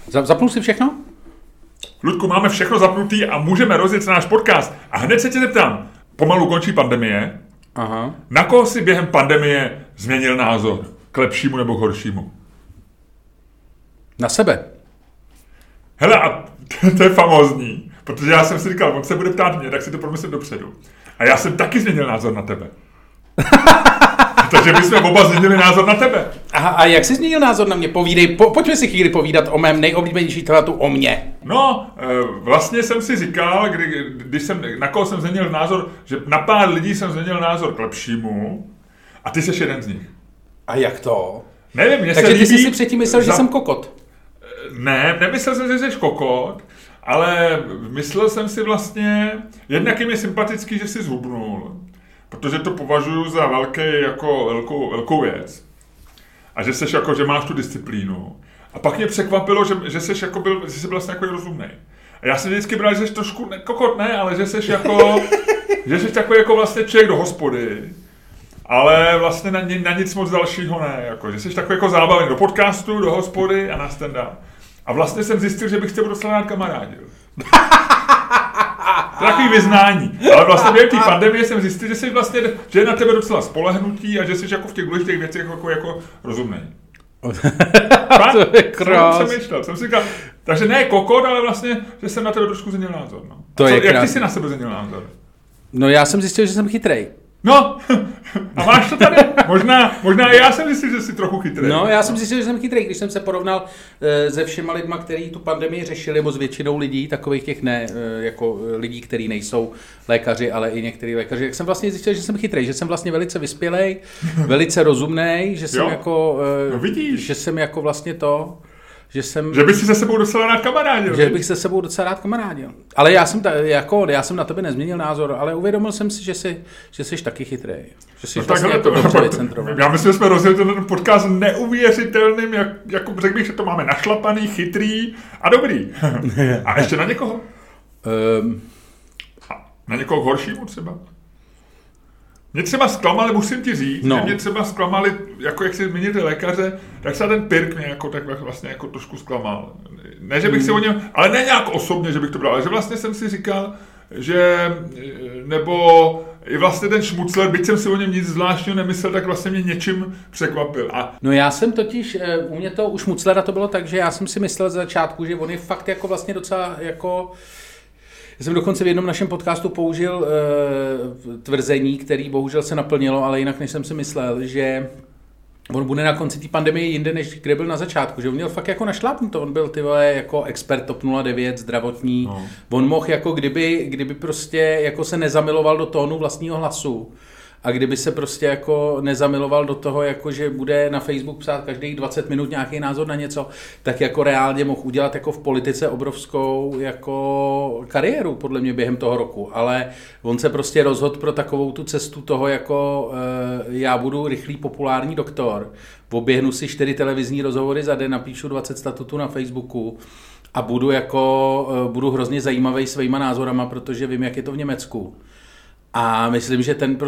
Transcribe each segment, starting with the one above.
Zapnul si všechno? Ludku, máme všechno zapnutý a můžeme rozjet náš podcast. A hned se tě zeptám, pomalu končí pandemie. Aha. Na koho si během pandemie změnil názor? K lepšímu nebo k horšímu? Na sebe. Hele, a to je famózní, protože já jsem si říkal, on se bude ptát mě, tak si to promyslím dopředu. A já jsem taky změnil názor na tebe. Takže my jsme oba změnili názor na tebe. Aha, a jak jsi změnil názor na mě? Povídej, pojďme si chvíli povídat o mém nejoblíbenější tématu, o mně. No, vlastně jsem si říkal, když jsem, na koho jsem změnil názor, že na pár lidí jsem změnil názor k lepšímu a ty seš jeden z nich. A jak to? Nevím, mně se Takže líbí... ty jsi si předtím myslel, že jsem kokot. Ne, nemyslel jsem, že jsi kokot, ale myslel jsem si vlastně, jednak je mi sympatický, že jsi zhubnul, protože to považuji za velkou věc. A že seš jako, že máš tu disciplínu. A pak mě překvapilo, že jsi vlastně jako rozumnej. A já jsem vždycky bral, že jsi trošku kokot, ne, ale že jsi jako, že jsi takový jako vlastně člověk do hospody. Ale vlastně na nic moc dalšího ne, jako, že jsi takový jako zábavný do podcastu, do hospody a na stand-up. A vlastně jsem zjistil, že bych s tebou docela rád kamarádil. To je takový vyznání. Ale vlastně během té pandemie jsem zjistil, že jsi vlastně, že je na tebe docela spolehnutí a že jsi jako v těch důležitých věcech jako rozumnej. To je krás. Jsem si říkal, takže ne kokot, ale vlastně, že jsem na tebe trošku změnil názor. No. Jak ty jsi na sebe změnil názor? No já jsem zjistil, že jsem chytrej. No, a máš to tady? Možná i já jsem zjistil, že jsi trochu chytrý. No, já jsem zjistil, že jsem chytrý, když jsem se porovnal se všema lidma, kteří tu pandemii řešili, nebo s většinou lidí, takových těch jako lidí, kteří nejsou lékaři, ale i některý lékaři, jak jsem vlastně zjistil, že jsem chytrý, že jsem vlastně velice vyspělej, velice rozumnej, že jsem jako, že jsem jako vlastně to... Že bych si se sebou docela rád kamarádil. Že bych se sebou docela rád kamarádil. Ale já jsem na tebe nezměnil názor, ale uvědomil jsem si, že jsi taky chytrý. Že jsi vlastně jako dobře vycentrovaný. Já myslím, že jsme rozjeli ten podcast neuvěřitelným, jako řekl bych, že to máme našlapaný, chytrý a dobrý. A ještě na někoho? Na někoho horšímu třeba? Mě třeba zklamali, musím ti říct, že mě třeba zklamali, jako jak si zmínil ty lékaře, tak se ten Pirk mě jako tak vlastně jako trošku zklamal. Ne, že bych si o něm, ale ne nějak osobně, že bych to bral, ale že vlastně jsem si říkal, že, nebo i vlastně ten Šmucler, byť jsem si o něm nic zvláštního nemyslel, tak vlastně mě něčím překvapil. No já jsem totiž, u mě to, u Šmuclera to bylo tak, že já jsem si myslel za začátku, že on je fakt jako vlastně docela jako... Já jsem dokonce v jednom našem podcastu použil tvrzení, který bohužel se naplnilo, ale jinak než jsem si myslel, že on bude na konci té pandemie jinde, než kde byl na začátku, že on měl fakt jako našlápnuto, on byl ty vole jako expert TOP 09, zdravotní, no. On mohl jako kdyby prostě jako se nezamiloval do tónu vlastního hlasu, a kdyby se prostě jako nezamiloval do toho, jako že bude na Facebook psát každých 20 minut nějaký názor na něco, tak jako reálně mohl udělat jako v politice obrovskou jako kariéru podle mě během toho roku, ale on se prostě rozhodl pro takovou tu cestu toho jako já budu rychlý populární doktor, oběhnu si 4 televizní rozhovory za den, napíšu 20 statutů na Facebooku a budu hrozně zajímavý svýma názorama, protože vím, jak je to v Německu. A myslím, že ten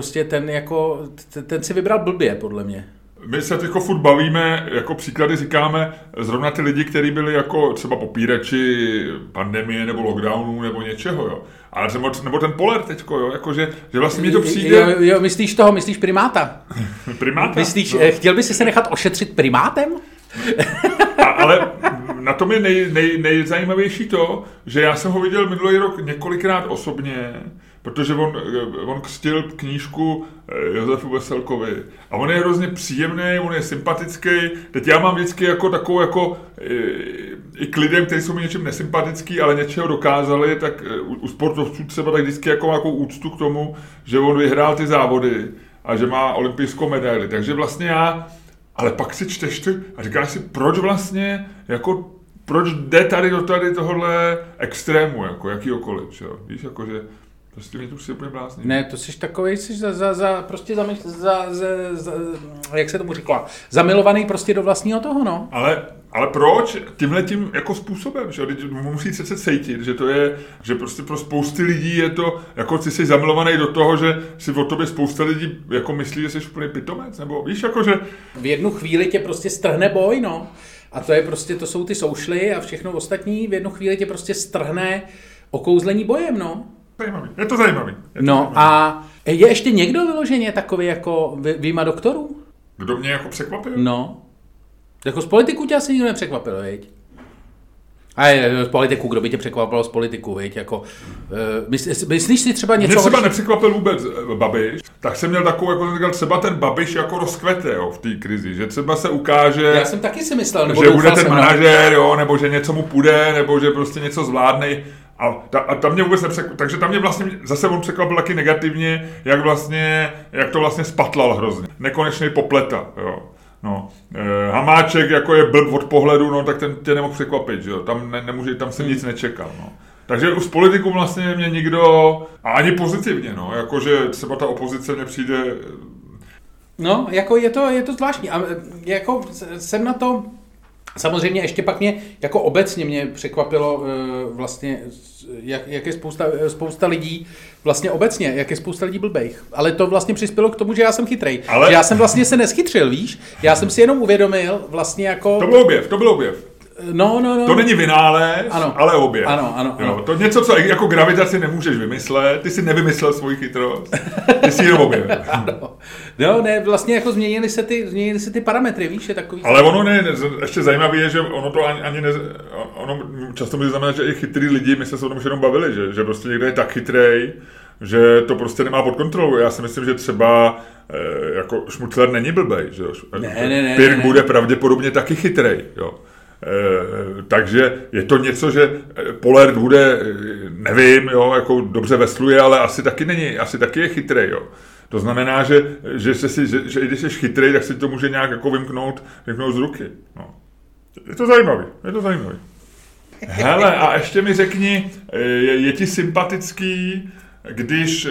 si vybral blbě, podle mě. My se teď furt bavíme, jako příklady říkáme, zrovna ty lidi, kteří byli jako třeba popírači pandemie nebo lockdownu nebo něčeho, jo. Ale nebo ten Poler teďko, jo, jakože, že vlastně mi to přijde... Jo, myslíš primáta? Primáta? Myslíš, chtěl bys se nechat ošetřit primátem? Ale na tom je nejzajímavější to, že já jsem ho viděl minulý rok několikrát osobně, protože on křtil knížku Josefu Veselkovi. A on je hrozně příjemný, on je sympatický. Teď já mám vždycky jako takovou jako i k lidem, kteří jsou mi něčím nesympatický, ale něčeho dokázali, tak u sportovců třeba tak vždycky jako nějakou úctu k tomu, že on vyhrál ty závody a že má olympijskou medaili. Takže vlastně ale pak si čteš ty a říkáš si, proč vlastně, jako, proč jde tady do tohohle extrému, jako jakýhokoliv, jo? Víš, jakože, prostě mě tu si úplně blázný. Ne, to jsi takovej, jsi jak se tomu říkala, zamilovaný prostě do vlastního toho, no. Ale proč tímhletím jako způsobem, že musí se cítit, že to je, že prostě pro spousty lidí je to, jako ty jsi zamilovaný do toho, že si o tobě spousta lidí jako myslí, že jsi úplně pitomec, nebo víš, jako že... V jednu chvíli tě prostě strhne boj, no. A to je prostě, to jsou ty soušly a všechno ostatní v jednu chvíli tě prostě strhne okouzlení bojem, no. Zajímavý. Je to zajímavý. A je ještě někdo vyloženě takový jako vyjma doktorů? Kdo mě jako překvapil? No. Jako z politiků tě asi nikdo nepřekvapil, viď? A z politiku, kdo by tě překvapil z politiku, viď? Jako, myslíš si třeba něco... Mě třeba nepřekvapil vůbec Babiš, tak jsem měl takovou, jako jsem říkal, třeba ten Babiš jako rozkvete, jo, v té krizi, že třeba se ukáže... Já jsem taky si myslel, nebo že bude ten manažér, jo, nebo že něco mu půjde, nebo že prostě něco zvládne. A tam mě vůbec nepřekvapil, takže tam mě vlastně zase on překvapil taky negativně, jak to vlastně spatlal hrozně. Nekonečný popleta, jo. No, Hamáček jako je blb od pohledu, no tak ten tě nemohl překvapit, že jo, tam se nic nečekal, no. Takže už z politiků vlastně mě nikdo, a ani pozitivně, no, jakože třeba ta opozice mně přijde... No, jako je to zvláštní a jako jsem na to, samozřejmě ještě pak mě, jako obecně mě překvapilo vlastně, jak je spousta lidí, vlastně obecně, jak je spousta lidí blbejch. Ale to vlastně přispělo k tomu, že já jsem chytrej. Ale... Že já jsem vlastně se neschytřil, víš? Já jsem si jenom uvědomil vlastně jako... To byl objev. No. To není vynález, ale objev. Ano. To něco, co jako gravitaci nemůžeš vymyslet, ty si nevymyslel svoji chytrost, ty si jenom objevil. No, ne, vlastně jako změnily se ty parametry, víš, je takový... Ale ono ještě zajímavé je, že ono to ani ono často může znamenat, že i chytrý lidi, my jsme se o tom už jenom bavili, že prostě někdo je tak chytrej, že to prostě nemá pod kontrolou. Já si myslím, že třeba jako Šmucler není blbej, že jo. Pirk bude pravděpodobně taky chytrej, jo. Takže je to něco, že Pollard bude, nevím, jo, jako dobře vesluje, ale asi taky je chytrej, jo. To znamená, že i když jsi chytrej, tak si to může nějak jako vymknout z ruky. No. Je to zajímavý. Hele, a ještě mi řekni, je ti sympatický, když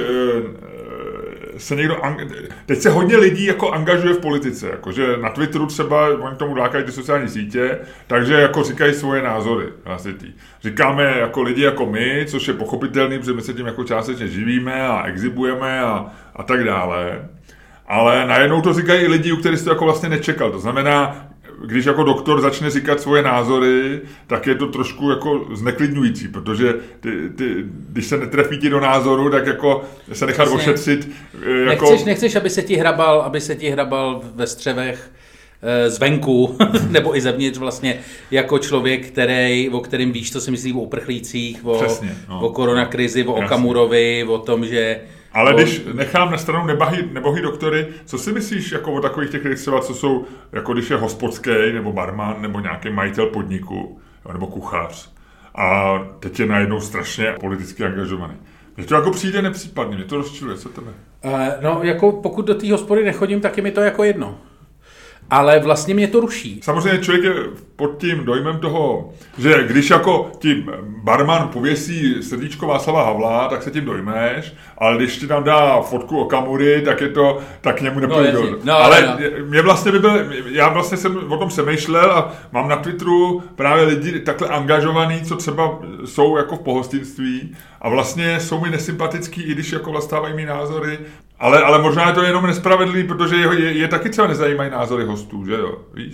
se někdo... Teď se hodně lidí jako angažuje v politice, jakože na Twitteru třeba, oni tomu lákají ty sociální sítě, takže jako říkají svoje názory hlasitý. Říkáme jako lidi jako my, což je pochopitelný, protože my se tím jako částečně živíme a exhibujeme a tak dále. Ale najednou to říkají i lidi, u kterých jsi to jako vlastně nečekal. To znamená, když jako doktor začne říkat svoje názory, tak je to trošku jako zneklidňující, protože když se netrefí ti do názoru, tak jako se nechat ošetřit. Jako... Nechceš, aby se ti hrabal ve střevech zvenku, nebo i zevnitř vlastně, jako člověk, o kterém víš, co si myslí o uprchlících, o koronakrizi, o Okamurovi, o tom, že... Ale když nechám na stranu nebohý doktory, co si myslíš jako o takových těch lidí, co jsou, jako když je hospodský, nebo barman, nebo nějaký majitel podniku, nebo kuchař, a teď je najednou strašně politicky angažovaný. Mně to jako přijde nepřípadně, mě to rozčiluje, co tebe? No, jako pokud do té hospody nechodím, tak je mi to jako jedno. Ale vlastně mě to ruší. Samozřejmě člověk je pod tím dojmem toho, že když jako ti barman pověsí srdíčko Václava Havla, tak se tím dojmeš, ale když ti tam dá fotku Okamury, tak k němu nepůjdu. Mě vlastně já vlastně jsem o tom přemýšlel a mám na Twitteru právě lidi takhle angažovaný, co třeba jsou jako v pohostinství a vlastně jsou mi nesympatický, i když jako vlastávají mý názory. Ale možná je to jenom nespravedlivý, protože je taky třeba nezajímají názory hostů, že jo? Víš,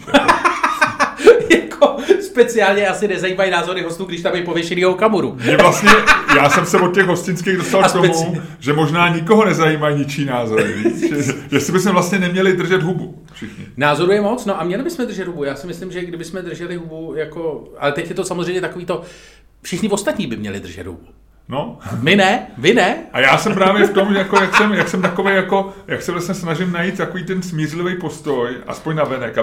jako speciálně asi nezajímají názory hostů, když tam je pověšenýho Okamuru. Já jsem se od těch hostinských dostal k tomu, že možná nikoho nezajímají ničí názory, víš? Že si bychom vlastně neměli držet hubu všichni. Názoru je moc, no a měli bychom držet hubu. Já si myslím, že kdybychom drželi hubu jako... Ale teď je to samozřejmě takový to... Všichni ostatní by měli držet hubu. No. My ne, vy ne. A já jsem právě v tom, jako, jak jsem takový, jako, jak se vlastně snažím najít takový ten smířlivý postoj, aspoň na venek,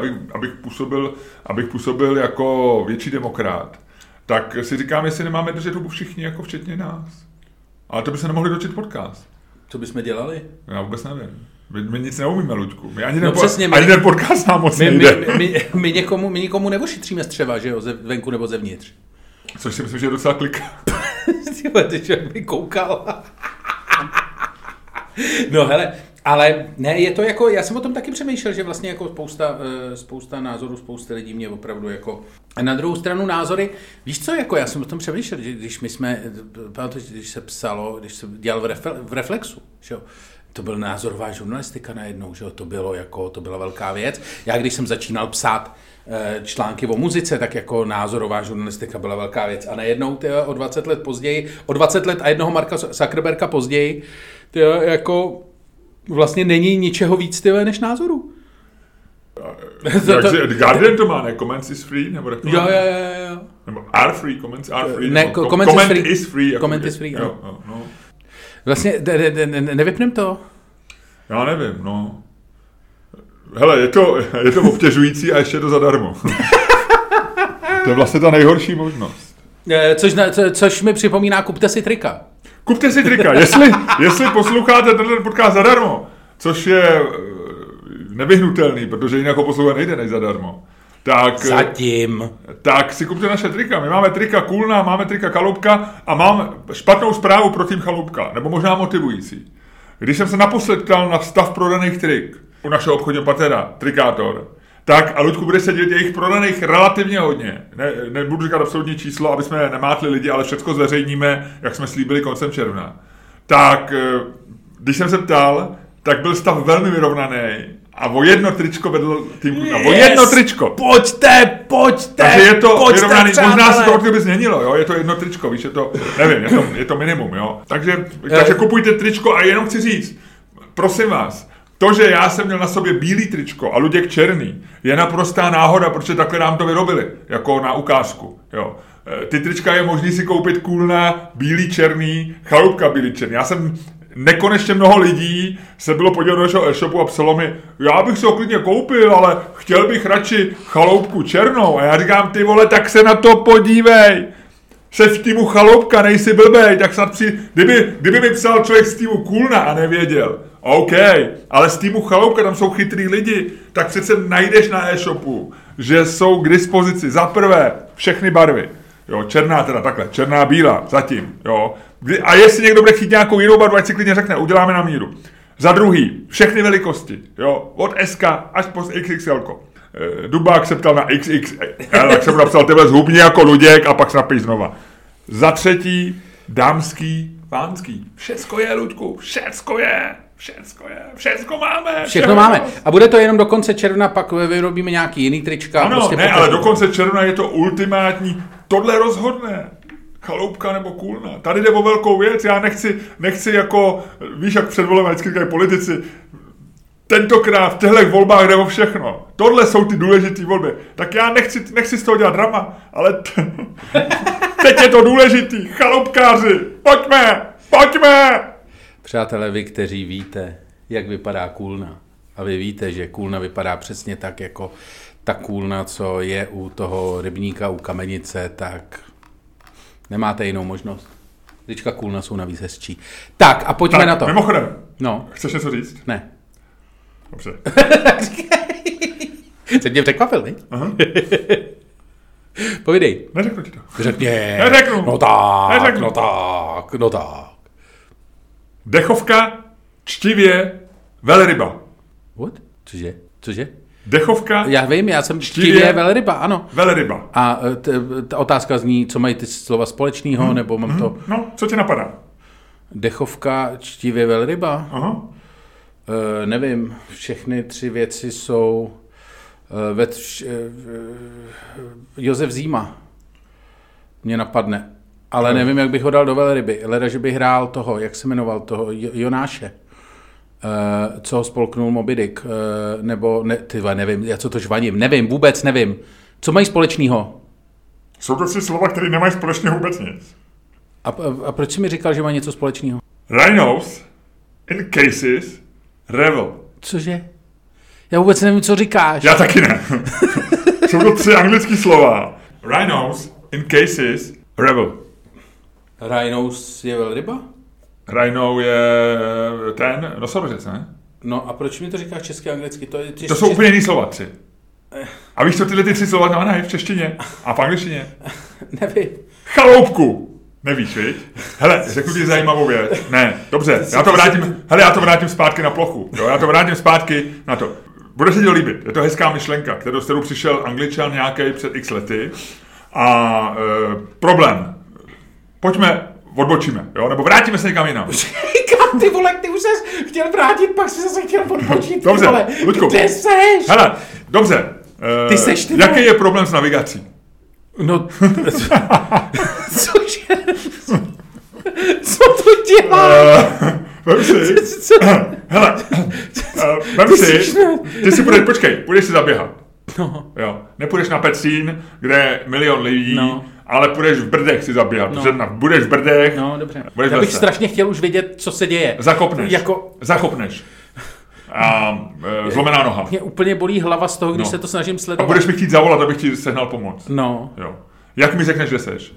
abych působil jako větší demokrat. Tak si říkám, jestli nemáme držet hubu všichni, jako včetně nás. Ale to by se nemohli dočit podcast. Co bychom dělali? Já vůbec nevím. My nic neumíme, Luďku. Ani ten podcast nám moc nejde. My nikomu neošetříme střeva, že jo, venku nebo zevnitř. Což si myslím, že je docela klika. Ty člověk by koukal. No hele, ale ne, je to jako, já jsem o tom taky přemýšlel, že vlastně jako spousta názorů, spousta lidí mě opravdu jako... A na druhou stranu názory, víš co, jako já jsem o tom přemýšlel, že když se psalo, když se dělal v Reflexu, že jo, To byl názorová žurnalistika najednou, že to byla velká věc. Já když jsem začínal psát články o muzice, tak jako názorová žurnalistika byla velká věc. A najednou o 20 let později, o 20 let a jednoho Marka Zuckerberga později, jako vlastně není ničeho víc než názoru. Guardian to má, ne? Comments is free? Nebo jo. Nebo are free, comments are free? Ne, comment is free. Comment is free, jo. Vlastně, nevypnem to? Já nevím, no. Hele, je to obtěžující a ještě je to zadarmo. To je vlastně ta nejhorší možnost. Což mi připomíná, kupte si trika. Kupte si trika, jestli posloucháte tenhle podcast zadarmo, což je nevyhnutelný, protože jinak ho poslouchat nejde než zadarmo. Tak si kupte naše trika. My máme trika Kulna, máme trika Chaloupka a mám špatnou zprávu pro tým Chaloupka, nebo možná motivující. Když jsem se naposled ptal na stav prodaných trik u našeho obchodního partnera, Trikátor, tak a Luďku, bude se dělat jejich prodaných relativně hodně. Nebudu říkat absolutní číslo, aby jsme nemátli lidi, ale všechno zveřejníme, jak jsme slíbili koncem června. Tak když jsem se ptal, tak byl stav velmi vyrovnaný a o jedno tričko vedl tým Kulna. O jedno tričko. Pojďte. Takže je to vyrovnaný, možná se to od kdyby změnilo, jo? Je to jedno tričko, víš, je to, nevím, je to minimum, jo? Takže kupujte tričko a jenom chci říct, prosím vás, to, že já jsem měl na sobě bílý tričko a Luděk černý, je naprostá náhoda, protože takhle nám to vyrobili, jako na ukázku, jo? Ty trička je možný si koupit Kulna, bílý, černý, Chaloupka, bílý, černý. Já jsem nekonečně mnoho lidí se bylo podívat do našeho e-shopu a psalo mi, já bych si ho klidně koupil, ale chtěl bych radši Chaloupku černou. A já říkám, ty vole, tak se na to podívej. Se v týmu Chaloupka, nejsi blbej, tak snad kdyby mi psal člověk z týmu Kulna a nevěděl, OK, ale z týmu Chaloupka tam jsou chytrý lidi, tak přece najdeš na e-shopu, že jsou k dispozici za prvé všechny barvy. Jo, černá teda takhle, černá, bílá, zatím, jo. A jestli někdo bude chtít nějakou jinou barvu, ať si klidně řekne, uděláme na míru. Za druhý, všechny velikosti, jo, od SK až po XXL. Dubák se ptal na XXL, tak jsem napsal, tebe zhubni jako Luděk a pak se napiš znova. Za třetí, dámský, pánský. Všecko je, Luďku, všecko máme. Všechno máme. A bude to jenom do konce června, pak vyrobíme nějaký jiný trička. Ano, prostě ne, ale do konce června je to ultimátní, tohle rozhodne. Chaloupka nebo Kulna. Tady jde o velkou věc, já nechci jako, víš, jak předvolíme vždycky říkají politici, tentokrát v těchto volbách jde o všechno. Tohle jsou ty důležité volby. Tak já nechci z toho dělat drama, ale teď je to důležitý. Chaloupkáři, pojďme! Přátelé, vy, kteří víte, jak vypadá Kulna, a vy víte, že Kulna vypadá přesně tak, jako ta Kulna, co je u toho rybníka, u Kamenice, tak nemáte jinou možnost. Trička Kulna jsou navíc hezčí. Tak a pojďme na to. Mimochodem, no. Chceš něco říct? Ne. Dobře. Jsi mě překvapil, ne? Aha. Povídej. Neřeknu ti to. Řekni. Neřeknu. No tak. Dechovka, čtivě, velryba. What? Cože? Dechovka. Já vím, já jsem čtivě velryba, ano. Velryba. A ta otázka zní, co mají ty slova společného, nebo mám to... No, co ti napadá? Dechovka, čtivě velryba? Aha. Nevím, všechny tři věci jsou... Josef Zíma mě napadne. Ale nevím, jak bych ho dal do velryby. Leda, že bych hrál toho, jak se jmenoval, toho Jonáše. Co ho spolknul Moby Dick. Nebo, nevím, já co to žvaním. Vůbec nevím. Co mají společného? Jsou to si slova, které nemají společného vůbec nic. A proč jsi mi říkal, že má něco společného? Rhinos, in cases, revel. Cože? Já vůbec nevím, co říkáš. Já taky ne. Jsou to tři anglické slova. Rhinos, in cases, revel. Rhinos je velryba? Rhino je ten nosorožec, ne? No a proč mi to říkáš česky a anglicky? To jsou úplně jiný slova, tři. A víš, co tyhle ty tři slova znamenají v češtině a v angličtině? Nevím. Chaloupku! Nevíš, viď? Hele, řeknu ti zajímavou věc. Ne, dobře, já to vrátím zpátky na plochu. Jo, já to vrátím zpátky na to. Bude se ti líbit, je to hezká myšlenka, kterou přišel Angličan nějaký před x lety. A problém. Pojďme, odbočíme, jo? Nebo vrátíme se někam jinam. ty vole, ty už ses chtěl vrátit, pak si zase chtěl odpočít. Dobře, Luďku. Kde seš? Hele, dobře. Ty seš, ty jaký je problém s navigací? No, cože? Co to dělá? Vem si. Hele, ty si půjdeš si zaběhat. No. Jo. Nepůjdeš na Petřín, kde je milion lidí, ale půjdeš v Brdech si zaběhat. No. Budeš v Brdech. No, dobře. Já bych strašně chtěl už vědět, co se děje. Zakopneš. A zlomená noha. Mě úplně bolí hlava z toho, když se to snažím sledovat. A budeš mi chtít zavolat, abych ti sehnal pomoc. No. Jo. Jak mi řekneš, že seš?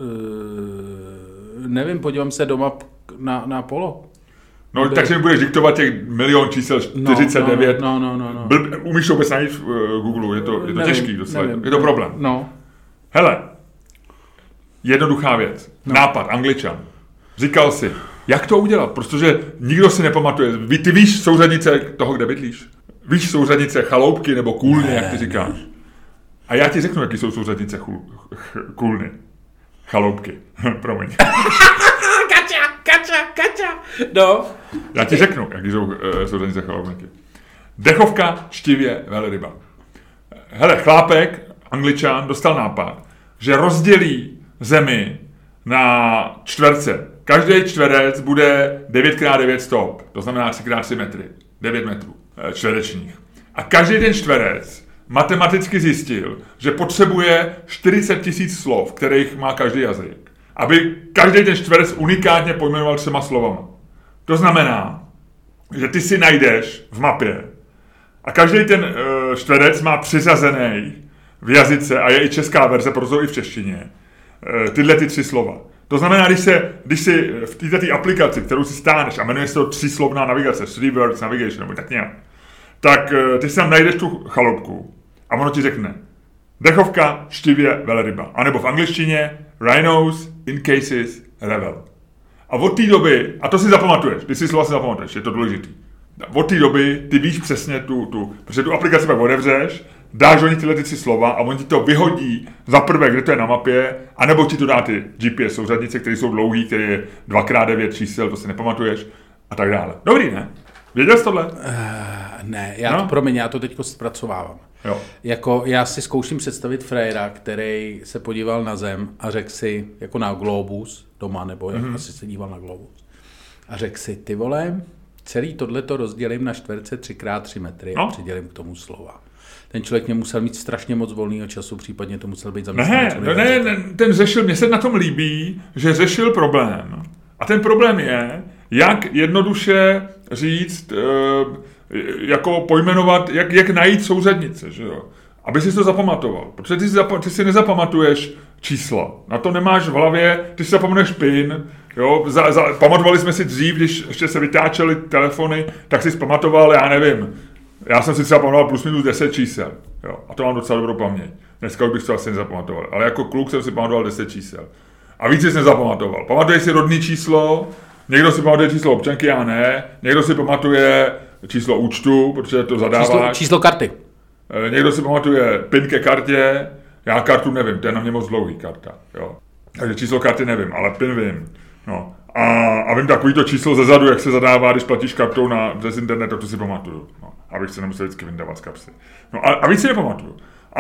Nevím, podívám se doma na polo. No, takže mi budeš diktovat těch milion čísel 49. No. Umíš to vůbec najít v Google, je to těžký docela, je to problém. No. Hele, jednoduchá věc. Nápad, Angličan. Říkal si, jak to udělat, protože nikdo si nepamatuje. Ty víš souřadnice toho, kde bydlíš? Víš souřadnice Chaloupky nebo Kůlny, jak ty říkáš? A já ti řeknu, jaký jsou souřadnice Kůlny. Chaloupky. Promiň. Kača. No. Já ti řeknu, jaký jsou souřadnice Chaloupky. Dechovka, Štivě, Velryba. Hele, chlápek, Angličan, dostal nápad, že rozdělí zemi na čtverce. Každý čtverec bude 9x9 stop, to znamená 3x3 metry, 9 metrů čtverečních. A každý ten čtverec matematicky zjistil, že potřebuje 40 000 slov, kterých má každý jazyk, aby každý ten čtverec unikátně pojmenoval 3 slovama. To znamená, že ty si najdeš v mapě a každý ten čtverec má přiřazený v jazyce, a je i česká verze, proto i v češtině, tyhle ty 3 slova. To znamená, když si v této aplikaci, kterou si stáneš a jmenuje se to 3slovná navigace, 3 words navigation, nebo tak nějak, tak ty si tam najdeš tu chaloupku a ono ti řekne Dechovka, Štivě, Velryba. A nebo v angličtině Rhinos, in cases, Revel. A od té doby, a to si zapamatuješ, ty si slova si zapamatuješ, je to důležitý. Od té doby ty víš přesně protože tu aplikaci pak otevřeš, dáš do nich tyhle 3 slova a on ti to vyhodí za prvé, kde to je na mapě, anebo ti to dá ty GPS souřadnice, které jsou dlouhý, které je 2x9 čísel, to si nepamatuješ a tak dále. Dobrý, ne? Věděl jsi tohle? Ne, já to teďko zpracovávám. Jo. Jako já si zkouším představit frajera, který se podíval na Zem a řekl si, jako na globus doma, nebo asi se díval na globus. A řekl si, ty vole, celý tohleto rozdělím na čtverce 3x3 metry a přidělím k tomu slova. Ten člověk mě musel mít strašně moc volného času, případně to musel být zaměstnanec. Ne, ten řešil, mně se na tom líbí, že řešil problém. A ten problém je, jak jednoduše říct, jako pojmenovat, jak najít souřadnice, že jo? Aby si to zapamatoval. Protože ty si nezapamatuješ čísla. Na to nemáš v hlavě, ty si zapamatuješ PIN, jo? Pamatovali jsme si dřív, když ještě se vytáčely telefony, tak si pamatoval, já nevím, já jsem si třeba pamatoval plus minus 10 čísel. Jo? A to mám docela dobrou paměť. Dneska bych to asi nezapamatoval. Ale jako kluk jsem si pamatoval 10 čísel. A víc jsi nezapamatoval. Pamatuješ si rodný číslo, někdo si pamatuje číslo občanky, já ne. Někdo si pamatuje číslo účtu, protože to zadáváš. Číslo karty. Někdo si pamatuje PIN ke kartě, já kartu nevím, to je na mě moc dlouhý karta. Jo. Takže číslo karty nevím, ale PIN vím. No. A vím takový to číslo zezadu, jak se zadává, když platíš kartou přes internet, to si pamatuju. No. Abych se nemusel vždycky vyndávat z kapsy. No a víc si nepamatuju.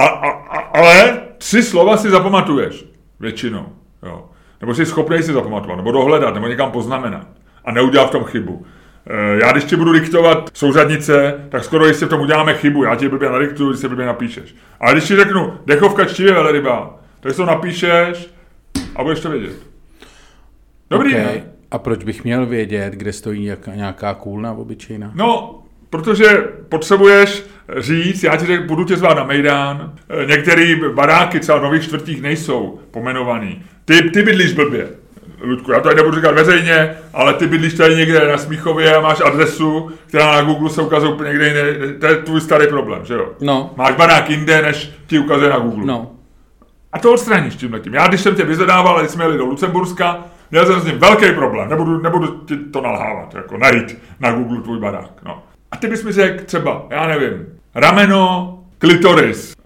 Ale 3 slova si zapamatuješ. Většinou. Jo. Nebo jsi schopnej si zapamatovat, nebo dohledat, nebo někam poznamenat. A neudělat v tom chybu. Já když ti budu diktovat souřadnice, tak skoro jestli v tom uděláme chybu. Já ti blbě nadiktuju, když si blbě napíšeš. Ale když ti řeknu Dechovka, Štivě, Velryba, tak si to napíšeš a budeš to vědět. Dobrý, okay. Ne? A proč bych měl vědět, kde stojí nějaká kůlna obyčejná? No, protože potřebuješ říct, já ti budu tě zvát na Mejdán, některé baráky třeba v nových čtvrtích nejsou pomenovaný. Ty bydlíš blbě, Ludku, já to tady nebudu říkat veřejně, ale ty bydlíš tady někde na Smíchově a máš adresu, která na Google se ukazuje úplně někde jiné. To je tvůj starý problém, že jo? No. Máš barák jinde, než ti ukazuje na Google. No. A to odstraníš tímhletím. Já když jsem tě vyzvedával, když jsme jeli do Lucemburska, měl jsem s ním velký problém, nebudu ti to nalhávat, jako najít na Google tvůj barák. No. A ty bys mi řekl třeba, já nevím, rameno, klitoris,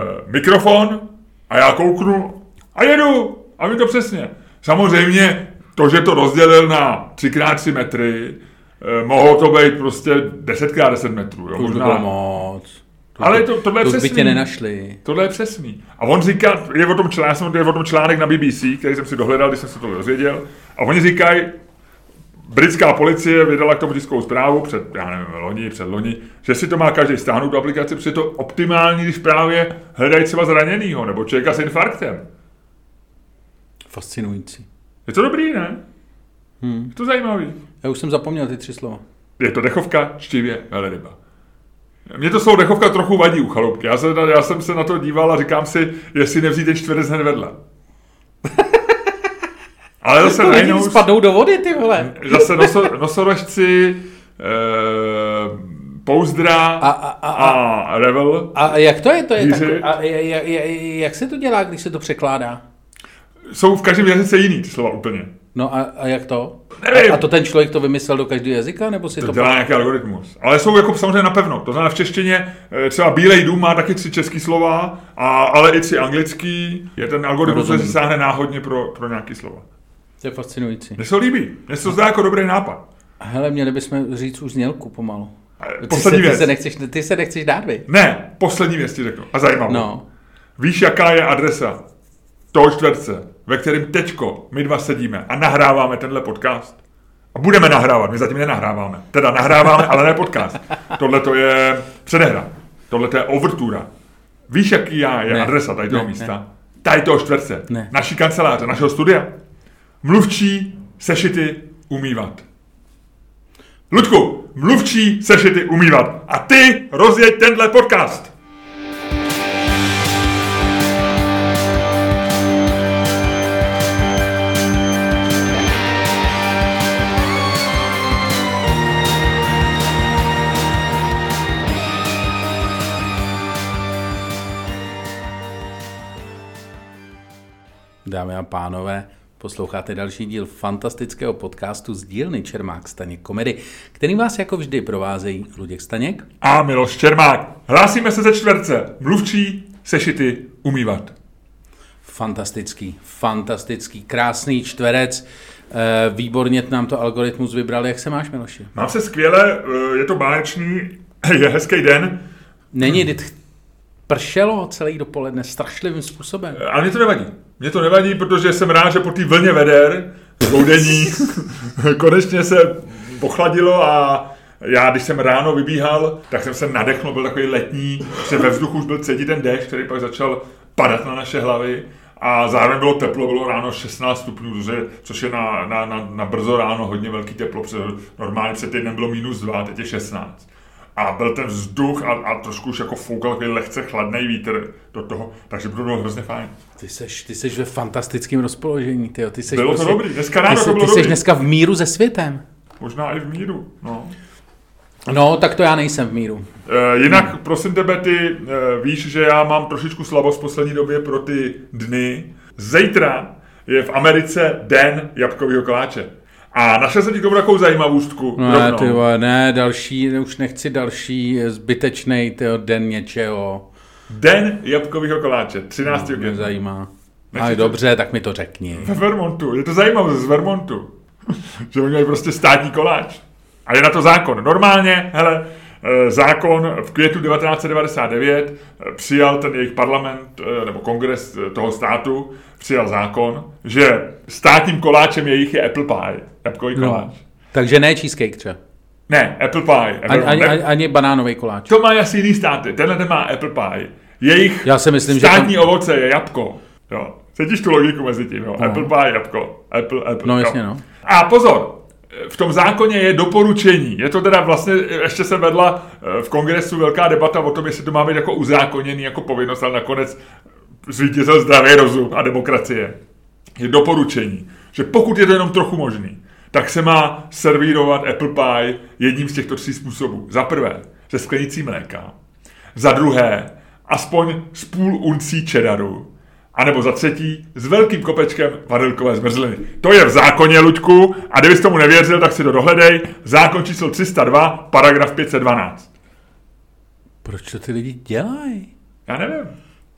mikrofon a já kouknu a jedu. A vím to přesně. Samozřejmě To, že to rozdělil na 3x3 metry, mohlo to být prostě 10x10 metrů. Jo? To už by bylo moc. Ale tohle je přesný. To by tě nenašli. Tohle je přesný. A on říká, je o tom článek na BBC, který jsem si dohledal, když jsem se to dozvěděl. A oni říkají, britská policie vydala k tomu tiskovou zprávu předloni, že si to má každý stáhnout do aplikace, protože je to optimální, když právě hledají třeba zraněnýho nebo člověka s infarktem. Fascinující. Je to dobrý, ne? Je to zajímavý. Já už jsem zapomněl ty 3 slova. Je to dechovka, čtivě, velryba. Mně to slovo dechovka trochu vadí u chaloupky. Já jsem se na to díval a říkám si, jestli nevzít ten čtverec hned vedle. Ale zase najednou... Spadnou do vody, ty vole. Zase nosorožci, pouzdra a revel. A jak to je? Jak se to dělá, když se to překládá? Jsou v každém jazyce jiný ty slova úplně. No a jak to? Nevím. A to ten člověk to vymyslel do každého jazyka? Nebo si to dělá nějaký algoritmus. Ale jsou jako samozřejmě napevno. To znamená v češtině třeba Bílej dům má taky 3 český slova, ale i 3 anglický. Je ten algoritmus, který se sáhne náhodně pro nějaký slova. To je fascinující. Mně se to líbí. Mně se to zdá jako dobrý nápad. Hele, měli bychom říct už znělku pomalu. Poslední věc. Ty se nechceš dát, vy? Ne, poslední věc ti řeknu. A zajímavou. No. Víš, jaká je adresa toho čtverce, ve kterém teďko my dva sedíme a nahráváme tenhle podcast? A budeme nahrávat, my zatím nenahráváme. Teda nahráváme, ale ne podcast. Tohle to je předehra. Tohle to je overtura. Víš, jaký je adresa tady toho místa? Tady toho čtverce. Ne. Naší kanceláře, našeho studia. Mluvčí sešity umývat. Ludku, mluvčí sešity umývat. A ty rozjeď tenhle podcast. Dámy a pánové, posloucháte další díl fantastického podcastu z dílny Čermák Staněk Komedy, kterým vás jako vždy provázejí Luděk Staněk a Miloš Čermák. Hlásíme se ze čtverce. Mluvčí sešity umývat. Fantastický, krásný čtverec. Výborně nám to algoritmus vybral. Jak se máš, Miloši? Mám se skvěle, je to báječný, je hezký den. Není, pršelo celý dopoledne strašlivým způsobem. Ale mě to nevadí, protože jsem rád, že po té vlně veder, dvoudenní, konečně se pochladilo a já, když jsem ráno vybíhal, tak jsem se nadechnul, byl takový letní, že ve vzduchu už byl cítit ten déšť, který pak začal padat na naše hlavy a zároveň bylo teplo, bylo ráno 16 stupňů, což je na brzo ráno hodně velký teplo, protože normálně před týdnem bylo -2, teď je 16. A byl ten vzduch a trošku už jako foukal takový lehce chladný vítr do toho, takže bylo hrozně fajn. Ty seš ve fantastickém rozpoložení, tyjo. Bylo to dobrý, dneska ráno to bylo dobrý. Ty seš dneska v míru se světem. Možná i v míru, no. No, tak to já nejsem v míru. Jinak, prosím tebe, ty víš, že já mám trošičku slabost v poslední době pro ty dny. Zítra je v Americe den jabkového koláče. A našel jsem ti k tomu takovou zajímavostku. Ne, ty vole, ne, už nechci další zbytečnej den něčeho. Den jabkového koláče, 13. května. Mě zajímá. Ale dobře, tak mi to řekni. Ve Vermontu, je to zajímavé z Vermontu. Že oni mají prostě státní koláč. A je na to zákon. Normálně, hele, zákon v květnu 1999 přijal ten jejich parlament, nebo kongres toho státu, přijal zákon, že státním koláčem jejich je apple pie, jabkový koláč. Takže ne cheesecake třeba. Ne, apple pie. Ani banánový koláč. To má asi jiný státy, tenhle má apple pie. Jejich já si myslím, státní že ovoce je jabko. Jo. Cítíš tu logiku mezi tím, jo? No. Apple pie, jabko. Apple. No jasně, no. A pozor, v tom zákoně je doporučení. Je to teda vlastně, ještě se vedla v kongresu velká debata o tom, jestli to má být jako uzákoněný, jako povinnost, ale nakonec zvítězil zdravý rozum a demokracie. Je doporučení, že pokud je to jenom trochu možný, tak se má servírovat apple pie jedním z těchto 3 způsobů. Za prvé, ze sklenicí mléka. Za druhé, aspoň z půl uncí cheddaru. A nebo za třetí, s velkým kopečkem vanilkové zmrzliny. To je v zákoně, Luďku, a kdybys tomu nevěřil, tak si to dohledej. Zákon číslo 302, paragraf 512. Proč to ty lidi dělají? Já nevím.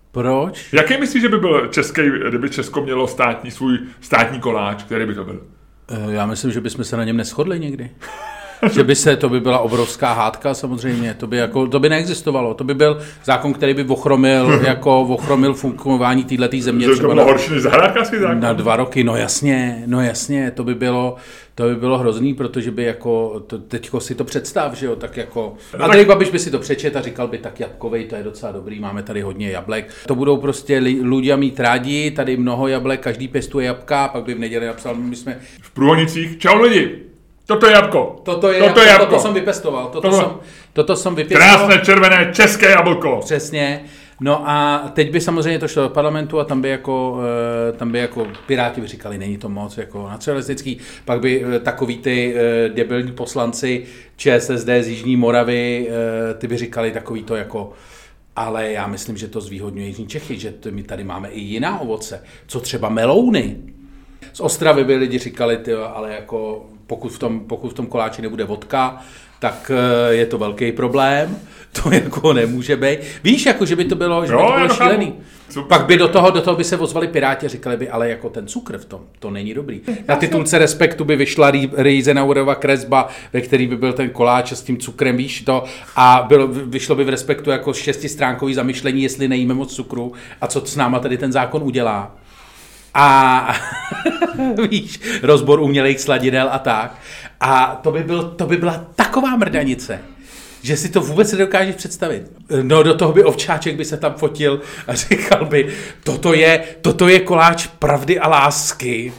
Proč? Jaký myslíš, že by byl kdyby Česko mělo svůj státní koláč, který by to byl? Já myslím, že bychom se na něm neshodli někdy. To by byla obrovská hádka samozřejmě, to by neexistovalo, to by byl zákon, který by ochromil fungování téhletý země. Že to bylo horší než zahrádkářský zákon? Na 2 roky, no jasně, to by bylo hrozný, protože by teďko si to představ, že jo, tak jako... Andrej Babiš by si to přečet a říkal by, tak jabkovej, to je docela dobrý, máme tady hodně jablek. To budou prostě lidé mít rádi, tady mnoho jablek, každý pěstuje jabka, pak by v neděli napsal, my jsme... V Průhonicích, čau lidi! Toto je jabko. Toto jsem vypěstoval. Toto jsem vypěstoval. Krásné červené české jablko. Přesně. No a teď by samozřejmě to šlo do parlamentu a tam by jako Piráti by říkali, není to moc jako nacionalistický. Pak by takový ty debilní poslanci ČSSD z Jižní Moravy, ty by říkali takový to jako, ale já myslím, že to zvýhodňuje Jižní Čechy, že my tady máme i jiná ovoce. Co třeba melouny? Z Ostravy by lidi říkali, ale jako pokud v tom koláči nebude vodka, tak je to velký problém, to jako nemůže být. Víš, jako, že by to bylo šílený. Pak by do toho by se ozvali Piráti a říkali by, ale jako ten cukr v tom, to není dobrý. Na titulce Respektu by vyšla Rejzenaurova kresba, ve který by byl ten koláč s tím cukrem, víš to, a vyšlo by v Respektu jako 6stránkový zamyšlení, jestli nejíme moc cukru a co s náma tady ten zákon udělá. A víš, rozbor umělých sladidel a tak. A to by byla taková mrdanice, že si to vůbec nedokážeš představit. No do toho by Ovčáček by se tam fotil a říkal by, toto je koláč pravdy a lásky,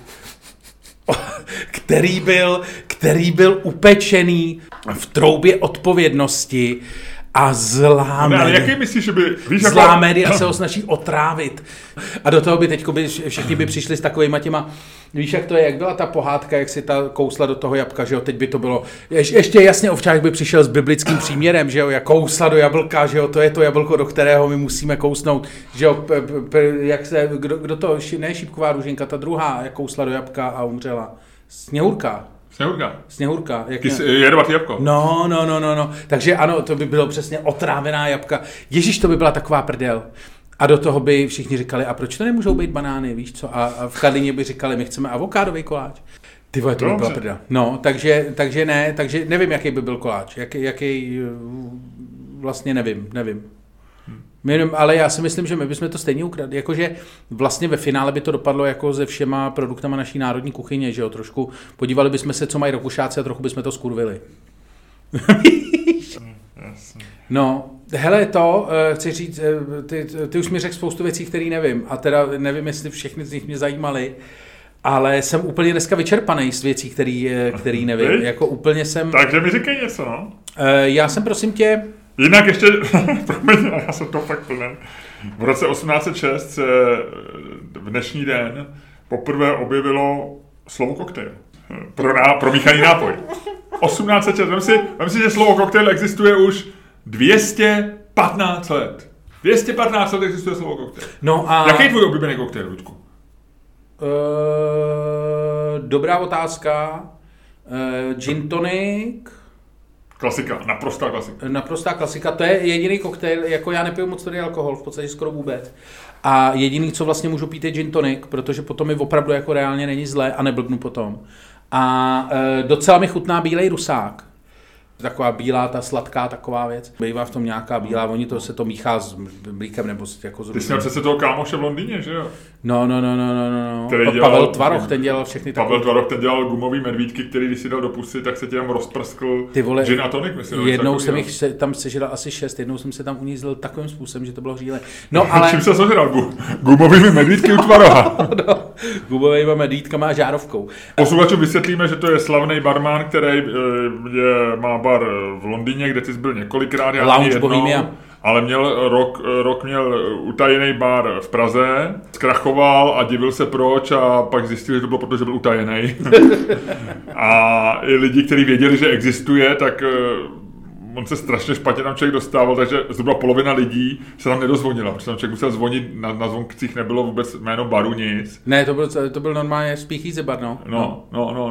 který byl upečený v troubě odpovědnosti a zlá média. Ale jaký myslíš, že by... Zlá média se ho snaží otrávit. A do toho by teďko všichni by přišli s takovýma těma... Víš, jak to je, jak byla ta pohádka, jak si ta kousla do toho jabka, že jo, teď by to bylo... Ještě jasně Ovčák by přišel s biblickým příměrem, že jo, jak kousla do jablka, že jo, to je to jablko, do kterého my musíme kousnout, že jo, jak se... Kdo to... Ne Šípková Růženka, ta druhá, jak kousla do jabka a umřela. Sněhurka. Jedovatý jabko. No. Takže ano, to by bylo přesně otrávená jabka. Ježíš, to by byla taková prdel. A do toho by všichni říkali, a proč to nemůžou být banány, víš co? A v Karlíně by říkali, my chceme avokádový koláč. Ty vole, to by byla prdel. No, takže nevím, jaký by byl koláč. Jaký vlastně nevím. Ale já si myslím, že my bychom to stejně ukradli. Jakože vlastně ve finále by to dopadlo jako se všema produktama naší národní kuchyně, že jo, trošku podívali bychom se, co mají Rakušáci a trochu bychom to skurvili. No, hele, chci říct, ty už mi řekl spoustu věcí, které nevím, a teda nevím, jestli všechny z nich mě zajímaly, ale jsem úplně dneska vyčerpaný z věcí, který nevím. Jako úplně jsem... Takže mi říkej něco, no. Já jsem, prosím tě... Jinak ještě, promiň, já jsem to fakt plnen. V roce 1806 se v dnešní den poprvé objevilo slovo koktejl pro míchaný nápoj. 1806, vem si, že slovo koktejl existuje už 215 let. 215 let existuje slovo koktejl. No a... Jaký je tvůj oblíbený koktejl, Ludku? Dobrá otázka. Gin tonic. Klasika, naprostá klasika. To je jediný koktejl, jako já nepiju moc tady alkohol, v podstatě skoro vůbec. A jediný, co vlastně můžu pít, je gin tonic, protože potom mi opravdu jako reálně není zlé a neblbnu potom. A docela mi chutná bílej rusák. Taková bílá, ta sladká taková věc. Bývá v tom nějaká bílá, oni to se to míchá s mlíkem nebo jako s... Ty jsi měl přece toho kámoše v Londýně, že jo? No. Pavel Tvaroch, ten dělal všechny takové. Pavel Tvaroch, ten dělal gumový medvídky, který když si dal do pusy, tak se ti tam rozprskl gin a tonic, myslím. Jednou jsem jich tam sežral asi 6, jednou jsem se tam unízl takovým způsobem, že to bylo hříle. No ale... Čím se sežral? Gumovými medvídky u Tvaroha. No, gumovými medvídkama a žárovkou. Posluchačům vysvětlíme, že to je slavný barman, který má bar v Londýně, kde ty jsi byl několikrát, Lounge Bohemia. Ale rok měl utajený bar v Praze, zkrachoval a divil se proč a pak zjistil, že to bylo proto, že byl utajený. A i lidi, kteří věděli, že existuje, tak on se strašně špatně tam člověk dostával, takže zhruba polovina lidí se tam nedozvonila, protože tam člověk musel zvonit, na zvonkcích nebylo vůbec jméno baru nic. Ne, to byl normálně Speakeasy bar, no. No.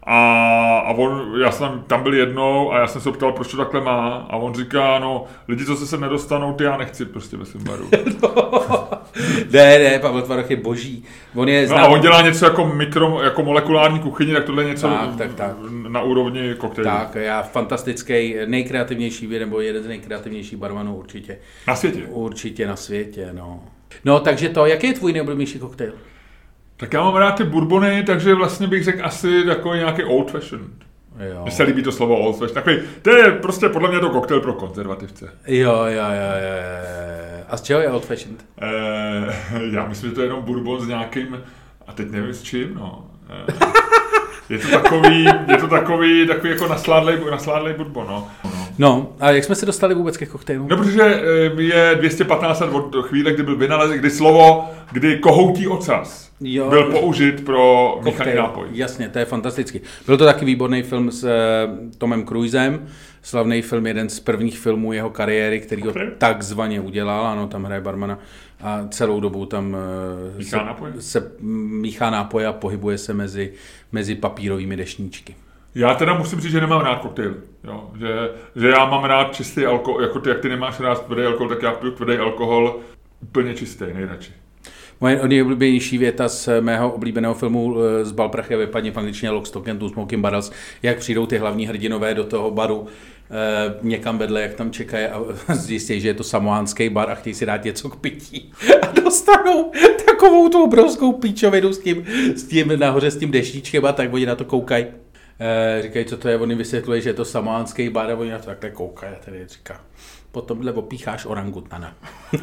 A já jsem tam byl jednou a já jsem se ptal, proč to takhle má. A on říká, no, lidi, co se sem nedostanou, ty já nechci prostě ve svém baru. Ne, Pavel Tvaroch je boží. A on dělá něco jako molekulární kuchyni, tak tohle je něco tak. Na úrovni koktejlu. Tak, já fantastický, nejkreativnější, nebo jeden z nejkreativnějších barmanů určitě. Na světě? Určitě na světě, no. No, takže jaký je tvůj nejoblíbenější koktejl? Tak já mám rád ty bourbony, takže vlastně bych řekl asi takový nějaký old fashioned. Mně se líbí to slovo old fashioned. Takový, to je prostě podle mě to koktejl pro konzervativce. Jo. A z čeho je old fashioned? Já myslím, že to je jenom bourbon s nějakým, a teď nevím s čím, no. Je to takový jako nasládlej bourbon, no. No, a jak jsme se dostali vůbec ke koktejlu? No, protože je 215 let od chvíle, kdy byl vynalezen, kdy kohoutí ocas byl použit pro míchaný nápoj. Jasně, to je fantastický. Byl to taky výborný film s Tomem Cruisem, slavný film, jeden z prvních filmů jeho kariéry, který ho takzvaně udělal, ano, tam hraje barmana a celou dobu tam se míchá nápoje a pohybuje se mezi papírovými deštníčky. Já teda musím říct, že nemám rád koktejl. Jo, že já mám rád čistý alkohol, jako ty, jak ty nemáš rád tvrdý alkohol, tak já piju tvrdý alkohol úplně čistý, nejradši. Moje nejoblíbenější věta z mého oblíbeného filmu z Bal prachy vypadně v angličtině Lock, Stock and Two Smoking Barrels, jak přijdou ty hlavní hrdinové do toho baru někam vedle, jak tam čekají a zjistí, že je to samoánský bar a chtějí si dát něco k pití a dostanou takovou tu obrovskou píčovinu s tím nahoře s tím deštníčkem a tak oni na to koukají. Říkají, co to je, oni vysvětlují, že je to samoánský bar a oni na to takhle koukají a tady říká, potomhle opícháš orangutana.